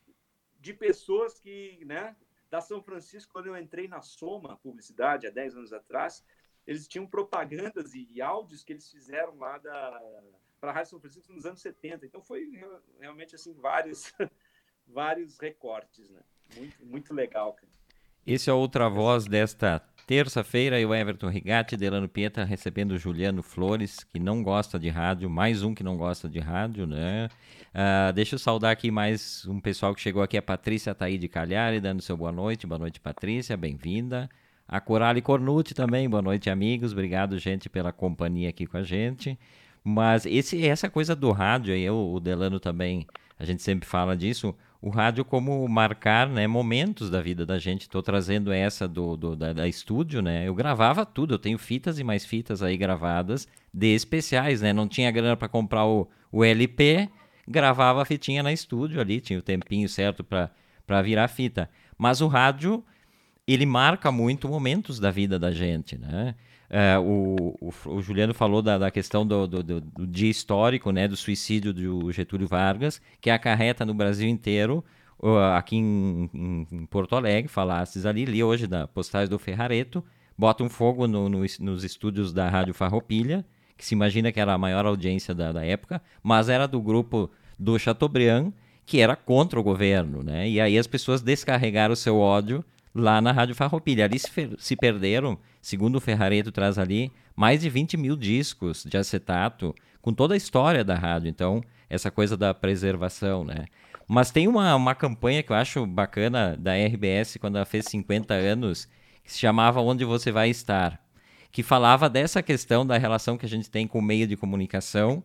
de pessoas que, né, da São Francisco, quando eu entrei na Soma Publicidade, há dez anos atrás, eles tinham propagandas e áudios que eles fizeram lá da... para a Rádio São Francisco nos anos setenta. Então, foi realmente, assim, vários, vários recortes, né? Muito, muito legal, cara. Esse é Outra Voz desta terça-feira. Eu, Everton Rigatti, Delano Pieta, recebendo o Juliano Flores, que não gosta de rádio, mais um que não gosta de rádio, né? Uh, deixa eu saudar aqui mais um pessoal que chegou aqui, a Patrícia Taíde Cagliari, dando seu boa noite. Boa noite, Patrícia, bem-vinda. A Coralie Cornucci também, boa noite, amigos. Obrigado, gente, pela companhia aqui com a gente. Mas esse, essa coisa do rádio, aí, eu, o Delano também, a gente sempre fala disso, o rádio como marcar, né, momentos da vida da gente. Estou trazendo essa do, do, da, da estúdio, né? Eu gravava tudo, eu tenho fitas e mais fitas aí gravadas de especiais, né? Não tinha grana para comprar o, o L P, gravava a fitinha na estúdio ali, tinha o tempinho certo para virar fita. Mas o rádio, ele marca muito momentos da vida da gente, né? É, o, o, o Juliano falou da, da questão do, do, do, do dia histórico, né, do suicídio do Getúlio Vargas, que acarreta no Brasil inteiro, uh, aqui em, em, em Porto Alegre, falastes ali, li hoje da postagem do Ferrareto, bota um fogo no, no, nos estúdios da Rádio Farroupilha, que se imagina que era a maior audiência da, da época, mas era do grupo do Chateaubriand, que era contra o governo, né? E aí as pessoas descarregaram o seu ódio lá na Rádio Farroupilha. Ali se, se perderam, segundo o Ferrareto traz ali, mais de vinte mil discos de acetato, com toda a história da rádio. Então, essa coisa da preservação, né? Mas tem uma, uma campanha que eu acho bacana da R B S, quando ela fez cinquenta anos, que se chamava Onde Você Vai Estar, que falava dessa questão da relação que a gente tem com o meio de comunicação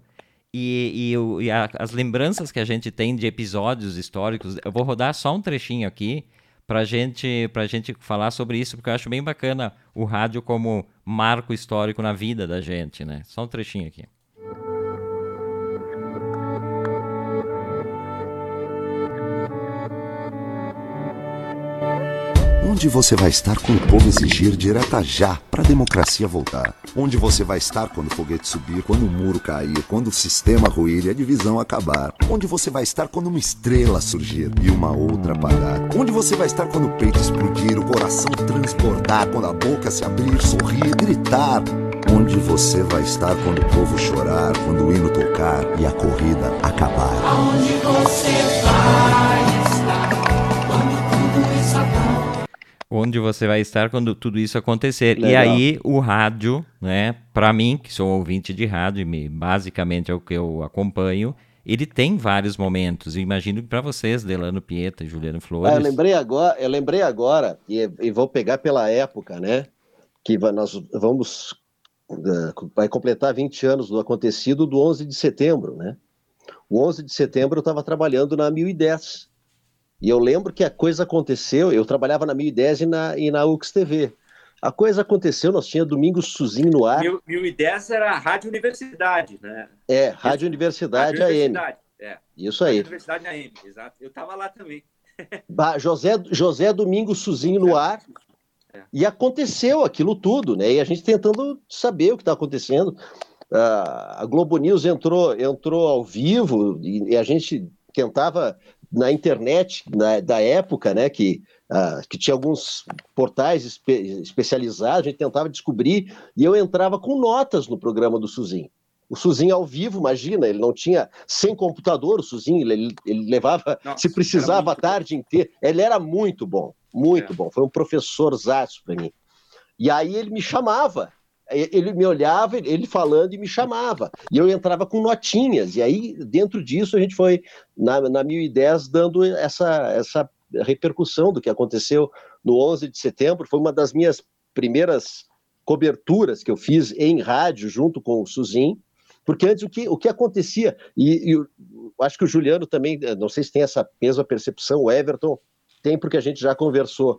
e, e, e a, as lembranças que a gente tem de episódios históricos. Eu vou rodar só um trechinho aqui, para gente, pra gente falar sobre isso, porque eu acho bem bacana o rádio como marco histórico na vida da gente, né? Só um trechinho aqui. Onde você vai estar quando o povo exigir direta já para a democracia voltar? Onde você vai estar quando o foguete subir, quando o muro cair, quando o sistema ruir e a divisão acabar? Onde você vai estar quando uma estrela surgir e uma outra apagar? Onde você vai estar quando o peito explodir, o coração transbordar, quando a boca se abrir, sorrir, gritar? Onde você vai estar quando o povo chorar, quando o hino tocar e a corrida acabar? Aonde você vai estar quando tudo isso acabar? Onde você vai estar quando tudo isso acontecer. Legal. E aí, o rádio, né, para mim, que sou ouvinte de rádio, e basicamente é o que eu acompanho, ele tem vários momentos. Eu imagino que para vocês, Delano Pieta e Juliano Flores... Ah, eu lembrei agora, eu lembrei agora e, e vou pegar pela época, né, que nós vamos... Uh, vai completar vinte anos do acontecido do onze de setembro, né? O onze de setembro eu estava trabalhando na mil e dez. E eu lembro que a coisa aconteceu, eu trabalhava na mil e dez e na, e na U X T V. A coisa aconteceu, nós tínhamos Domingos Suzinho no ar. mil e dez era a Rádio Universidade, né? É, Rádio Universidade Rádio A M. Universidade, é. Isso aí. Rádio Universidade A M, exato. Eu estava lá também. Bah, José, José Domingos Suzinho no ar. É. E aconteceu aquilo tudo, né? E a gente tentando saber o que está acontecendo. Uh, a Globo News entrou, entrou ao vivo e, e a gente tentava... na internet na, da época, né, que, uh, que tinha alguns portais espe especializados, a gente tentava descobrir, e eu entrava com notas no programa do Suzinho. O Suzinho ao vivo, imagina, ele não tinha, sem computador, o Suzinho, ele, ele levava, Nossa, se precisava a tarde bom. inteira, ele era muito bom, muito é. bom, foi um professorzaço para mim. E aí ele me chamava, ele me olhava, ele falando e me chamava, e eu entrava com notinhas, e aí dentro disso a gente foi na, na mil e dez dando essa, essa repercussão do que aconteceu no onze de setembro. Foi uma das minhas primeiras coberturas que eu fiz em rádio junto com o Suzin, porque antes o que, o que acontecia, e, e eu acho que o Juliano também, não sei se tem essa mesma percepção, o Everton tem, porque a gente já conversou,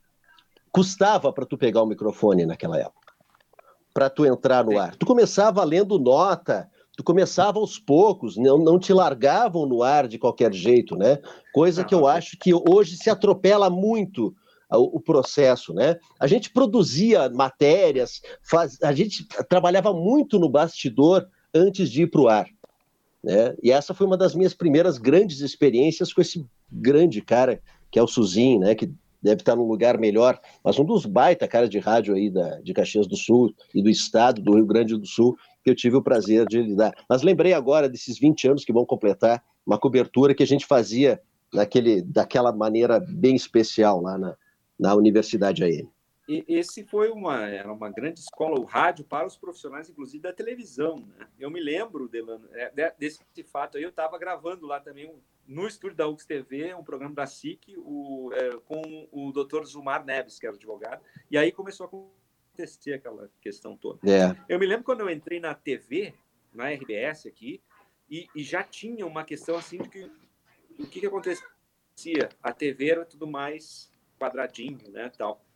custava para tu pegar o microfone naquela época, para tu entrar no ar. Tu começava lendo nota, tu começava aos poucos, não, não te largavam no ar de qualquer jeito, né? Coisa que eu acho que hoje se atropela muito o, o processo, né? A gente produzia matérias, faz, a gente trabalhava muito no bastidor antes de ir para o ar, né? E essa foi uma das minhas primeiras grandes experiências com esse grande cara, que é o Suzin, né? Que deve estar num lugar melhor, mas um dos baita caras de rádio aí da, de Caxias do Sul e do estado do Rio Grande do Sul, que eu tive o prazer de lidar. Mas lembrei agora desses vinte anos que vão completar uma cobertura que a gente fazia naquele, daquela maneira bem especial lá na, na Universidade A M. E esse foi uma, era uma grande escola, o rádio, para os profissionais, inclusive da televisão, né? Eu me lembro, Delano, desse fato aí, eu estava gravando lá também, um, no estúdio da U X T V, um programa da S I C, o, é, com o doutor Zumar Neves, que era advogado, e aí começou a acontecer aquela questão toda. É. Eu me lembro quando eu entrei na T V, na R B S aqui, e, e já tinha uma questão assim de que o que, que acontecia? A T V era tudo mais quadradinho, né, tal.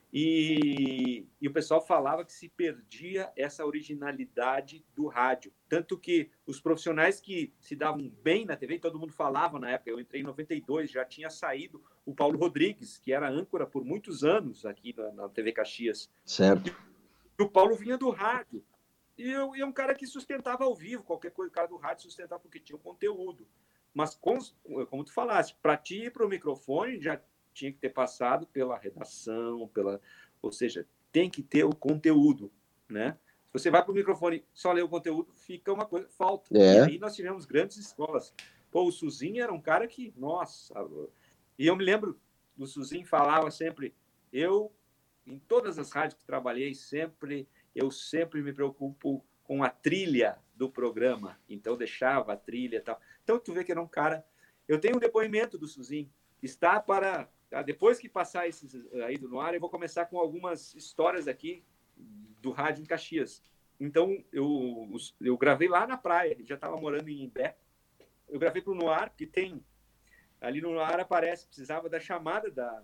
E, e o pessoal falava que se perdia essa originalidade do rádio. Tanto que os profissionais que se davam bem na T V, todo mundo falava na época, eu entrei em noventa e dois, já tinha saído o Paulo Rodrigues, que era âncora por muitos anos aqui na, na T V Caxias. Certo. E o Paulo vinha do rádio. E eu, é um cara que sustentava ao vivo, qualquer coisa, o cara do rádio sustentava porque tinha um conteúdo. Mas, com, como tu falaste, para ti ir para o microfone já tinha que ter passado pela redação, pela, ou seja, tem que ter o conteúdo, né? Se você vai para o microfone e só ler o conteúdo, fica uma coisa, falta. É. E aí nós tivemos grandes escolas. Pô, o Suzin era um cara que, nossa... E eu me lembro do Suzin, falava sempre, eu, em todas as rádios que trabalhei, sempre, eu sempre me preocupo com a trilha do programa. Então, deixava a trilha e tal. Então, tu vê que era um cara... Eu tenho um depoimento do Suzin, está para... Tá? Depois que passar esses aí no ar, eu vou começar com algumas histórias aqui do rádio em Caxias. Então, eu, eu gravei lá na praia, ele já estava morando em Imbé. Eu gravei para o Noir, que tem... Ali no Noir aparece, precisava da chamada da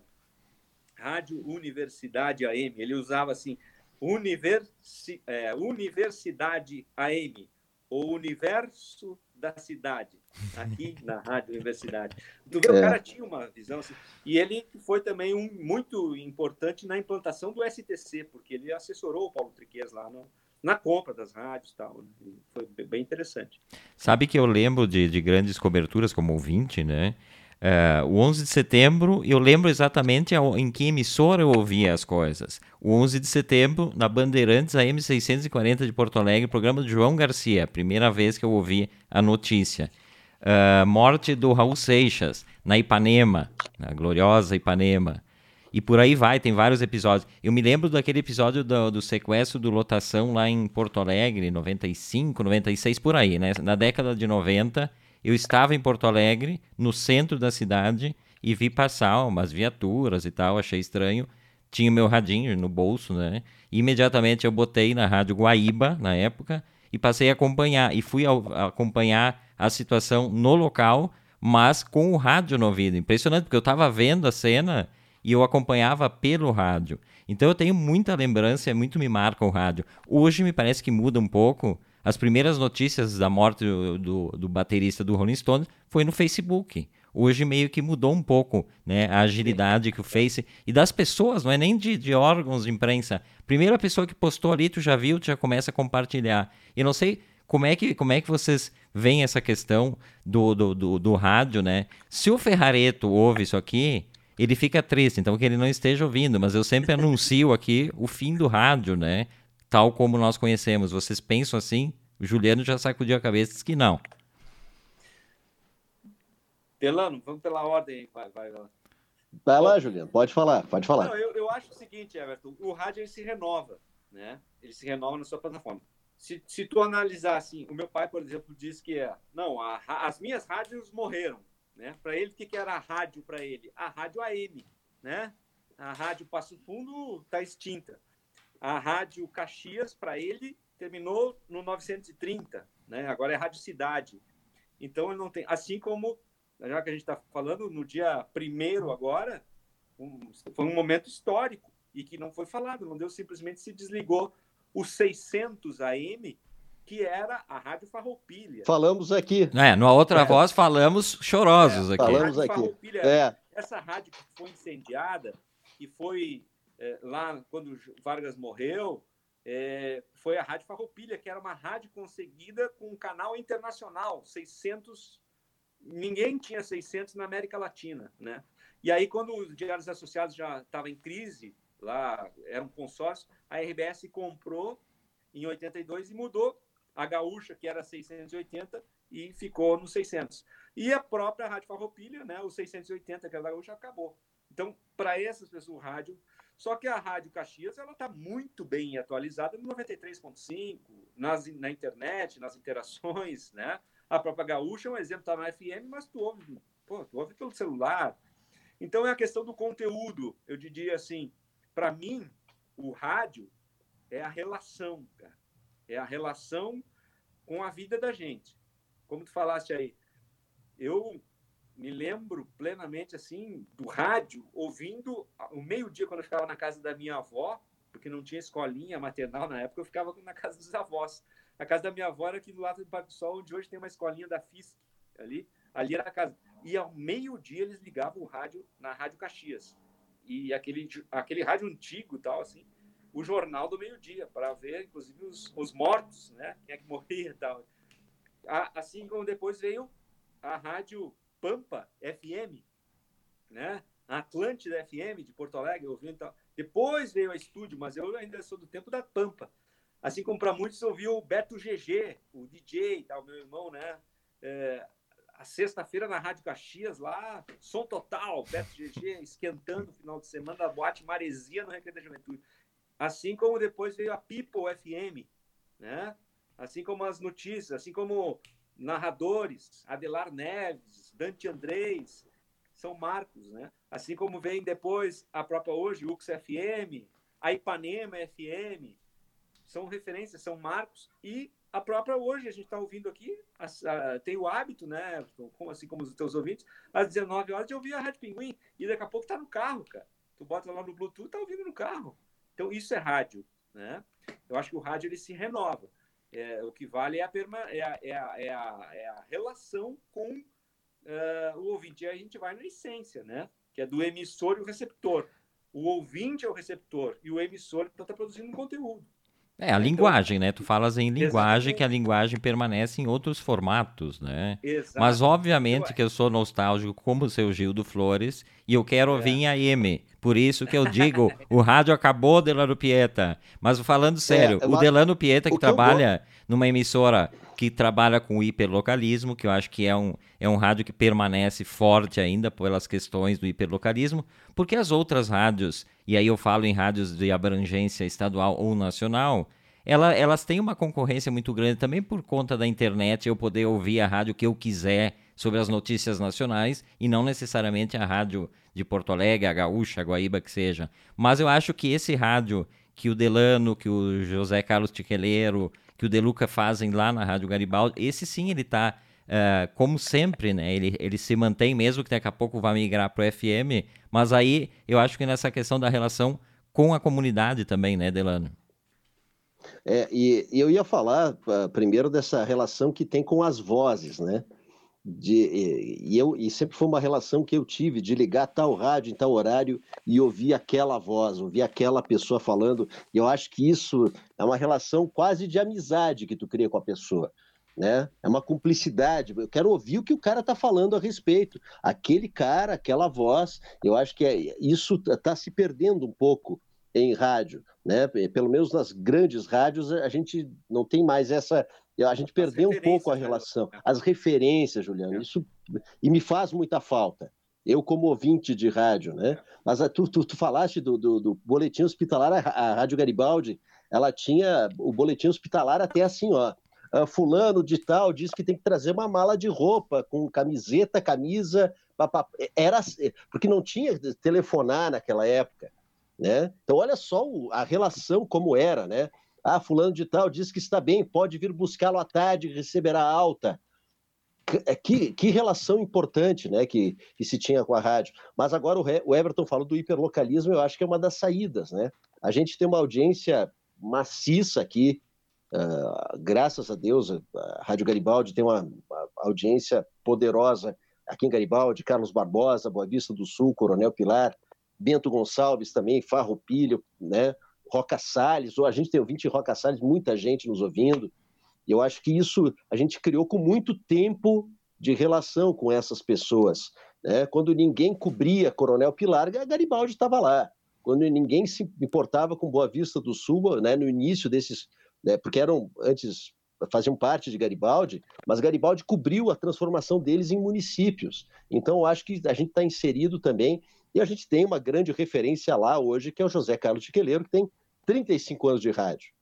Rádio Universidade A M. Ele usava assim, Universi, é, Universidade A M, o universo da cidade, aqui na Rádio Universidade. Tu vê, é. O cara tinha uma visão assim, e ele foi também um, muito importante na implantação do S T C, porque ele assessorou o Paulo Triquez lá no, na compra das rádios e tal. Né? Foi bem interessante. Sabe que eu lembro de, de grandes coberturas como ouvinte, né? Uh, o onze de setembro, eu lembro exatamente em que emissora eu ouvia as coisas. O onze de setembro, na Bandeirantes, A M seiscentos e quarenta de Porto Alegre, programa de João Garcia, primeira vez que eu ouvi a notícia. Uh, morte do Raul Seixas, na Ipanema, na gloriosa Ipanema. E por aí vai, tem vários episódios. Eu me lembro daquele episódio do, do sequestro do Lotação lá em Porto Alegre, noventa e cinco, noventa e seis, por aí, né? Na década de noventa... Eu estava em Porto Alegre, no centro da cidade, e vi passar umas viaturas e tal, achei estranho. Tinha meu radinho no bolso, né? E imediatamente eu botei na Rádio Guaíba, na época, e passei a acompanhar. E fui ao, a acompanhar a situação no local, mas com o rádio no ouvido. Impressionante, porque eu estava vendo a cena e eu acompanhava pelo rádio. Então eu tenho muita lembrança, muito me marca o rádio. Hoje me parece que muda um pouco. As primeiras notícias da morte do, do, do baterista do Rolling Stones foi no Facebook. Hoje meio que mudou um pouco, né, a agilidade que o Face... E das pessoas, não é nem de, de órgãos de imprensa. Primeira pessoa que postou ali, tu já viu, tu já começa a compartilhar. E não sei como é que, como é que vocês veem essa questão do, do, do, do rádio, né? Se o Ferrareto ouve isso aqui, ele fica triste, então que ele não esteja ouvindo. Mas eu sempre anuncio aqui o fim do rádio, né? Tal como nós conhecemos. Vocês pensam assim? O Juliano já sacudiu a cabeça e disse que não. Delano, vamos pela ordem. Vai, vai, vai. Vai lá, Juliano. Pode falar, pode falar. Não, eu, eu acho o seguinte, Everton. O rádio ele se renova, né? Ele se renova na sua plataforma. Se, se tu analisar assim, o meu pai, por exemplo, disse que é, não, a, as minhas rádios morreram, né? Para ele, o que, que era a rádio para ele? A rádio A M, né? A rádio Passo Fundo está extinta. A Rádio Caxias, para ele, terminou no novecentos e trinta, né? Agora é Rádio Cidade. Então, ele não tem... Assim como, já que a gente está falando, no dia primeiro agora, um, foi um momento histórico e que não foi falado, não deu, simplesmente se desligou o seiscentos A M, que era a Rádio Farroupilha. Falamos aqui. É, numa outra é. voz, falamos chorosos é, aqui. Falamos aqui. É. essa rádio que foi incendiada, que foi é, lá quando Vargas morreu, é, foi a Rádio Farroupilha, que era uma rádio conseguida com um canal internacional, seiscentos, ninguém tinha seiscentos na América Latina, né? E aí, quando os Diários Associados já estavam em crise, lá era um consórcio, a R B S comprou em oitenta e dois e mudou a Gaúcha, que era seiscentos e oitenta, e ficou no seiscentos. E a própria Rádio Farroupilha, né, o seiscentos e oitenta, que era da Gaúcha, acabou. Então, para essas pessoas, o rádio... Só que a Rádio Caxias está muito bem atualizada no noventa e três ponto cinco, nas, na internet, nas interações, né? A própria Gaúcha, um exemplo, está na F M, mas tu ouve, pô, tu ouve pelo celular. Então, é a questão do conteúdo. Eu diria assim, para mim, o rádio é a relação, cara. É a relação com a vida da gente. Como tu falaste aí, eu me lembro plenamente, assim, do rádio, ouvindo o meio-dia, quando eu ficava na casa da minha avó, porque não tinha escolinha maternal na época, eu ficava na casa dos avós. A casa da minha avó era aqui do lado do Parque do Sol, onde hoje tem uma escolinha da F I S C, ali, ali era a casa. E ao meio-dia eles ligavam o rádio na Rádio Caxias. E aquele, aquele rádio antigo, tal, assim, o Jornal do Meio-Dia, para ver, inclusive, os, os mortos, né? Quem é que morria e tal. Assim como depois veio a Rádio Pampa F M, né? A Atlântida F M de Porto Alegre, ouvindo e tal. Depois veio a Estúdio, mas eu ainda sou do tempo da Pampa. Assim como para muitos ouviu o Beto G G, o D J e tal, meu irmão, né? É, a sexta-feira na Rádio Caxias, lá, som total, Beto G G esquentando o final de semana da boate Maresia no Recreio da Juventude. Assim como depois veio a People F M, né? Assim como as notícias, assim como narradores, Adelar Neves, Dante Andrés, São Marcos, né? Assim como vem depois a própria hoje, U X F M, a Ipanema F M, são referências, São Marcos, e a própria hoje, a gente está ouvindo aqui, a, a, tem o hábito, né, assim como os teus ouvintes, às dezenove horas de ouvir a Rádio Pinguim, e daqui a pouco tá no carro, cara. Tu bota lá no Bluetooth, tá ouvindo no carro. Então, isso é rádio, né? Eu acho que o rádio, ele se renova. É, o que vale é a, perma, é a, é a, é a, é a relação com uh, o ouvinte. E aí a gente vai na essência, né? Que é do emissor e o receptor. O ouvinte é o receptor e o emissor está tá produzindo um conteúdo. É, a então, linguagem, né? Tu falas em linguagem, exatamente. Que a linguagem permanece em outros formatos, né? Exato. Mas, obviamente, que eu sou nostálgico como o seu Gildo Flores e eu quero ouvir é. a M. Por isso que eu digo, o rádio acabou, Delano Pieta. Mas, falando sério, é, o Delano Pieta que trabalha numa emissora que trabalha com o hiperlocalismo, que eu acho que é um, é um rádio que permanece forte ainda pelas questões do hiperlocalismo, porque as outras rádios, e aí eu falo em rádios de abrangência estadual ou nacional, ela, elas têm uma concorrência muito grande também por conta da internet, eu poder ouvir a rádio que eu quiser sobre as notícias nacionais e não necessariamente a rádio de Porto Alegre, a Gaúcha, a Guaíba, que seja. Mas eu acho que esse rádio que o Delano, que o José Carlos Tiqueleiro, que o Deluca fazem lá na Rádio Garibaldi, esse sim ele está, uh, como sempre, né? Ele, ele se mantém, mesmo que daqui a pouco vá migrar para o F M, mas aí eu acho que nessa questão da relação com a comunidade também, né, Delano? É, e, e eu ia falar uh, primeiro dessa relação que tem com as vozes, né? De, e, e, eu, e sempre foi uma relação que eu tive de ligar tal rádio em tal horário e ouvir aquela voz, ouvir aquela pessoa falando. E eu acho que isso é uma relação quase de amizade que tu cria com a pessoa, né? É uma cumplicidade. Eu quero ouvir o que o cara está falando a respeito. Aquele cara, aquela voz, eu acho que é, isso está se perdendo um pouco em rádio, né? Pelo menos nas grandes rádios a gente não tem mais essa... A gente perdeu um pouco a relação. Né? As referências, Juliano, é. isso e me faz muita falta. Eu, como ouvinte de rádio, né? Mas tu, tu, tu falaste do, do, do boletim hospitalar, a, a Rádio Garibaldi, ela tinha o boletim hospitalar até assim, ó. Fulano de tal diz que tem que trazer uma mala de roupa com camiseta, camisa, papá. Era porque não tinha telefonar naquela época, né? Então olha só a relação como era, né? Ah, fulano de tal diz que está bem, pode vir buscá-lo à tarde, receberá alta. Que, que relação importante, né, que, que se tinha com a rádio. Mas agora o, o Everton falou do hiperlocalismo, eu acho que é uma das saídas, né? A gente tem uma audiência maciça aqui, uh, graças a Deus, a Rádio Garibaldi tem uma, uma audiência poderosa aqui em Garibaldi, Carlos Barbosa, Boa Vista do Sul, Coronel Pilar, Bento Gonçalves também, Farroupilha, né? Roca Salles, ou a gente tem ouvinte em Roca Salles, muita gente nos ouvindo. E eu acho que isso a gente criou com muito tempo de relação com essas pessoas, né? Quando ninguém cobria Coronel Pilar, Garibaldi estava lá. Quando ninguém se importava com Boa Vista do Sul, né? No início desses, né? Porque eram antes faziam parte de Garibaldi, mas Garibaldi cobriu a transformação deles em municípios. Então, eu acho que a gente está inserido também, e a gente tem uma grande referência lá hoje, que é o José Carlos Chiqueleiro, que tem trinta e cinco anos de rádio.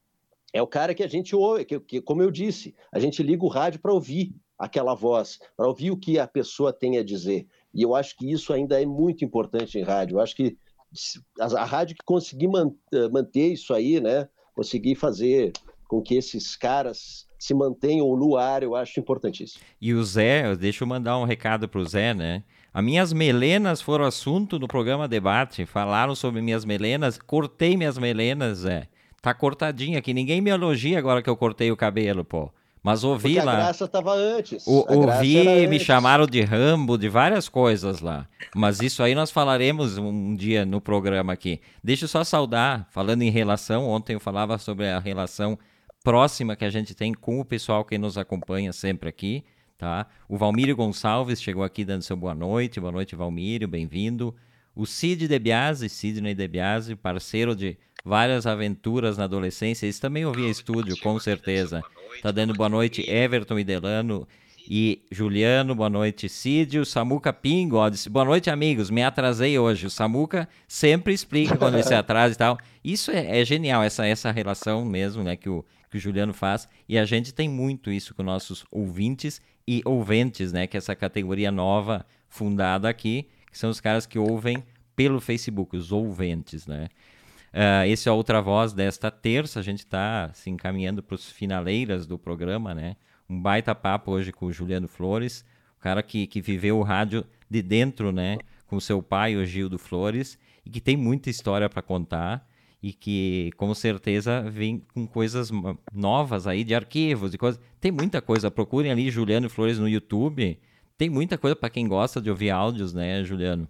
É o cara que a gente ouve, que, que, como eu disse, a gente liga o rádio para ouvir aquela voz, para ouvir o que a pessoa tem a dizer. E eu acho que isso ainda é muito importante em rádio. Eu acho que a, a rádio que conseguir man, manter isso aí, né, conseguir fazer com que esses caras se mantenham no ar, eu acho importantíssimo. E o Zé, deixa eu mandar um recado pro Zé, né? As minhas melenas foram assunto no programa Debate, falaram sobre minhas melenas, cortei minhas melenas, Zé. Tá cortadinha aqui, ninguém me elogia agora que eu cortei o cabelo, pô. Mas ouvi Porque lá. a graça estava antes. O, ouvi, me antes. chamaram de Rambo, de várias coisas lá. Mas isso aí nós falaremos um dia no programa aqui. Deixa eu só saudar, falando em relação, ontem eu falava sobre a relação próxima que a gente tem com o pessoal que nos acompanha sempre aqui, tá? O Valmírio Gonçalves chegou aqui dando seu boa noite. Boa noite, Valmírio, bem-vindo. O Cid De Biasi, Sidney De Biasi, parceiro de várias aventuras na adolescência. Esse também ouvia estúdio, com certeza. Tá dando boa noite, Everton e Delano e Juliano. Boa noite, Cid. O Samuca Pingo, ó, disse, boa noite, amigos. Me atrasei hoje. O Samuca sempre explica quando ele se atrasa e tal. Isso é, é genial, essa, essa relação mesmo, né, que o, que o Juliano faz. E a gente tem muito isso com nossos ouvintes e ouventes, né, que é essa categoria nova fundada aqui, que são os caras que ouvem pelo Facebook, os ouventes, né. Uh, esse é a Outra Voz desta terça, a gente está se encaminhando para os finaleiras do programa, né? Um baita papo hoje com o Juliano Flores, o cara que, que viveu o rádio de dentro, né? Com seu pai, o Gildo Flores, e que tem muita história para contar e que, com certeza, vem com coisas novas aí, de arquivos e coisas. Tem muita coisa, procurem ali Juliano Flores no YouTube, tem muita coisa para quem gosta de ouvir áudios, né, Juliano?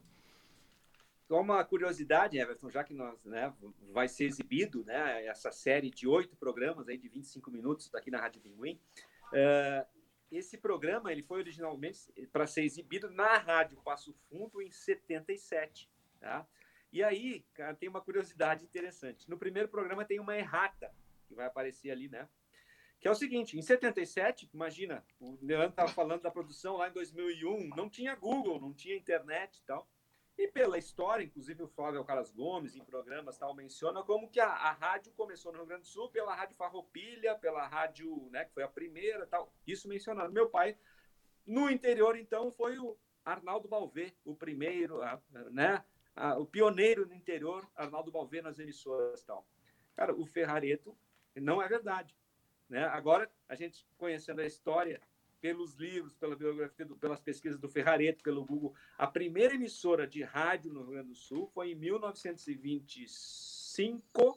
Só uma curiosidade, Everton, já que nós, né, vai ser exibido, né, essa série de oito programas aí de vinte e cinco minutos aqui na Rádio Pinguim. Uh, esse programa ele foi originalmente para ser exibido na Rádio Passo Fundo em setenta e sete. Tá? E aí, cara, tem uma curiosidade interessante. No primeiro programa tem uma errata que vai aparecer ali, né? Que é o seguinte, em setenta e sete, imagina, o Leandro estava falando da produção lá em dois mil e um, não tinha Google, não tinha internet e tal. E pela história, inclusive o Flávio Alcaraz Gomes, em programas tal, menciona como que a, a rádio começou no Rio Grande do Sul pela Rádio Farroupilha, pela rádio, né, que foi a primeira tal, isso mencionando. Meu pai, no interior, então, foi o Arnaldo Balvê, o primeiro, a, né, a, o pioneiro no interior, Arnaldo Balvê nas emissoras tal. Cara, o Ferrareto não é verdade. Né? Agora, a gente conhecendo a história pelos livros, pela biografia, do, pelas pesquisas do Ferrareto, pelo Google, a primeira emissora de rádio no Rio Grande do Sul foi em mil novecentos e vinte e cinco,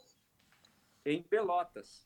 em Pelotas,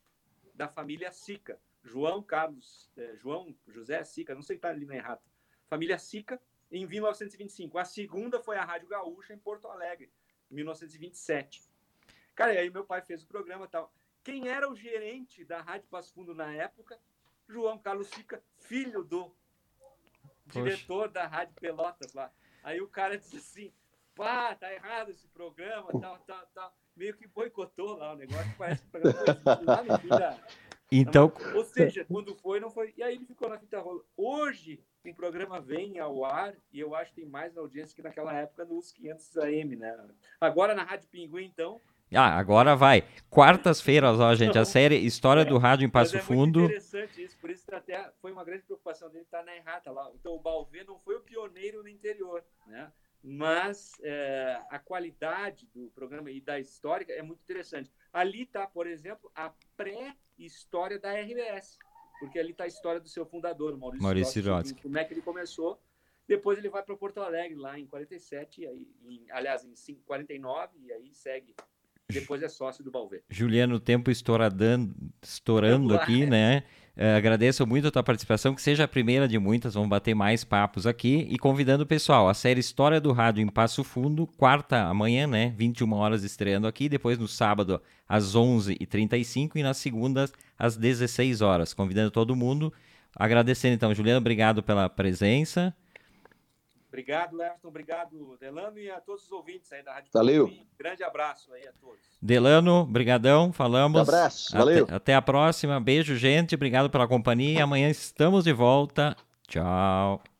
da família Sica. João Carlos, eh, João José Sica, não sei se está ali na errata. Família Sica, em mil novecentos e vinte e cinco. A segunda foi a Rádio Gaúcha, em Porto Alegre, em mil novecentos e vinte e sete. Cara, e aí meu pai fez o programa e tal. Quem era o gerente da Rádio Passo Fundo na época? João Carlos Sica, filho do Poxa. diretor da Rádio Pelotas lá. Aí o cara disse assim, pá, tá errado esse programa, tal, tal, tal. Meio que boicotou lá o negócio, parece que o programa foi lá no fim da... Então... Ou seja, quando foi, não foi. E aí ele ficou na fita rola. Hoje, o programa vem ao ar e eu acho que tem mais audiência que naquela época nos quinhentos A M, né? Agora na Rádio Pinguim, então... Ah, agora vai. Quartas-feiras, ó, gente, a série História é, do Rádio em Passo é Fundo. É muito interessante isso, por isso até foi uma grande preocupação dele estar na errata lá. Então o Balvê não foi o pioneiro no interior, né? Mas é, a qualidade do programa e da história é muito interessante. Ali está, por exemplo, a pré-história da R B S, porque ali está a história do seu fundador, o Maurício, Maurício Sirotsky, como é que ele começou. Depois ele vai para Porto Alegre, lá em quarenta e sete, e aí, em, aliás, em quarenta e nove, e aí segue. Depois é sócio do Balvê. Juliano, o tempo estouradando, estourando aqui, né? Uh, agradeço muito a tua participação, que seja a primeira de muitas, vamos bater mais papos aqui, e convidando o pessoal, a série História do Rádio em Passo Fundo, quarta amanhã, né, vinte e uma horas estreando aqui, depois no sábado às onze e trinta e cinco e nas segundas às dezesseis horas, convidando todo mundo, agradecendo então, Juliano, obrigado pela presença. Obrigado, Everton, obrigado, Delano, e a todos os ouvintes aí da Rádio Valeu. Pinguim. Grande abraço aí a todos. Delano, brigadão, falamos. Um abraço, até, valeu. Até a próxima, beijo, gente, obrigado pela companhia, amanhã estamos de volta, tchau.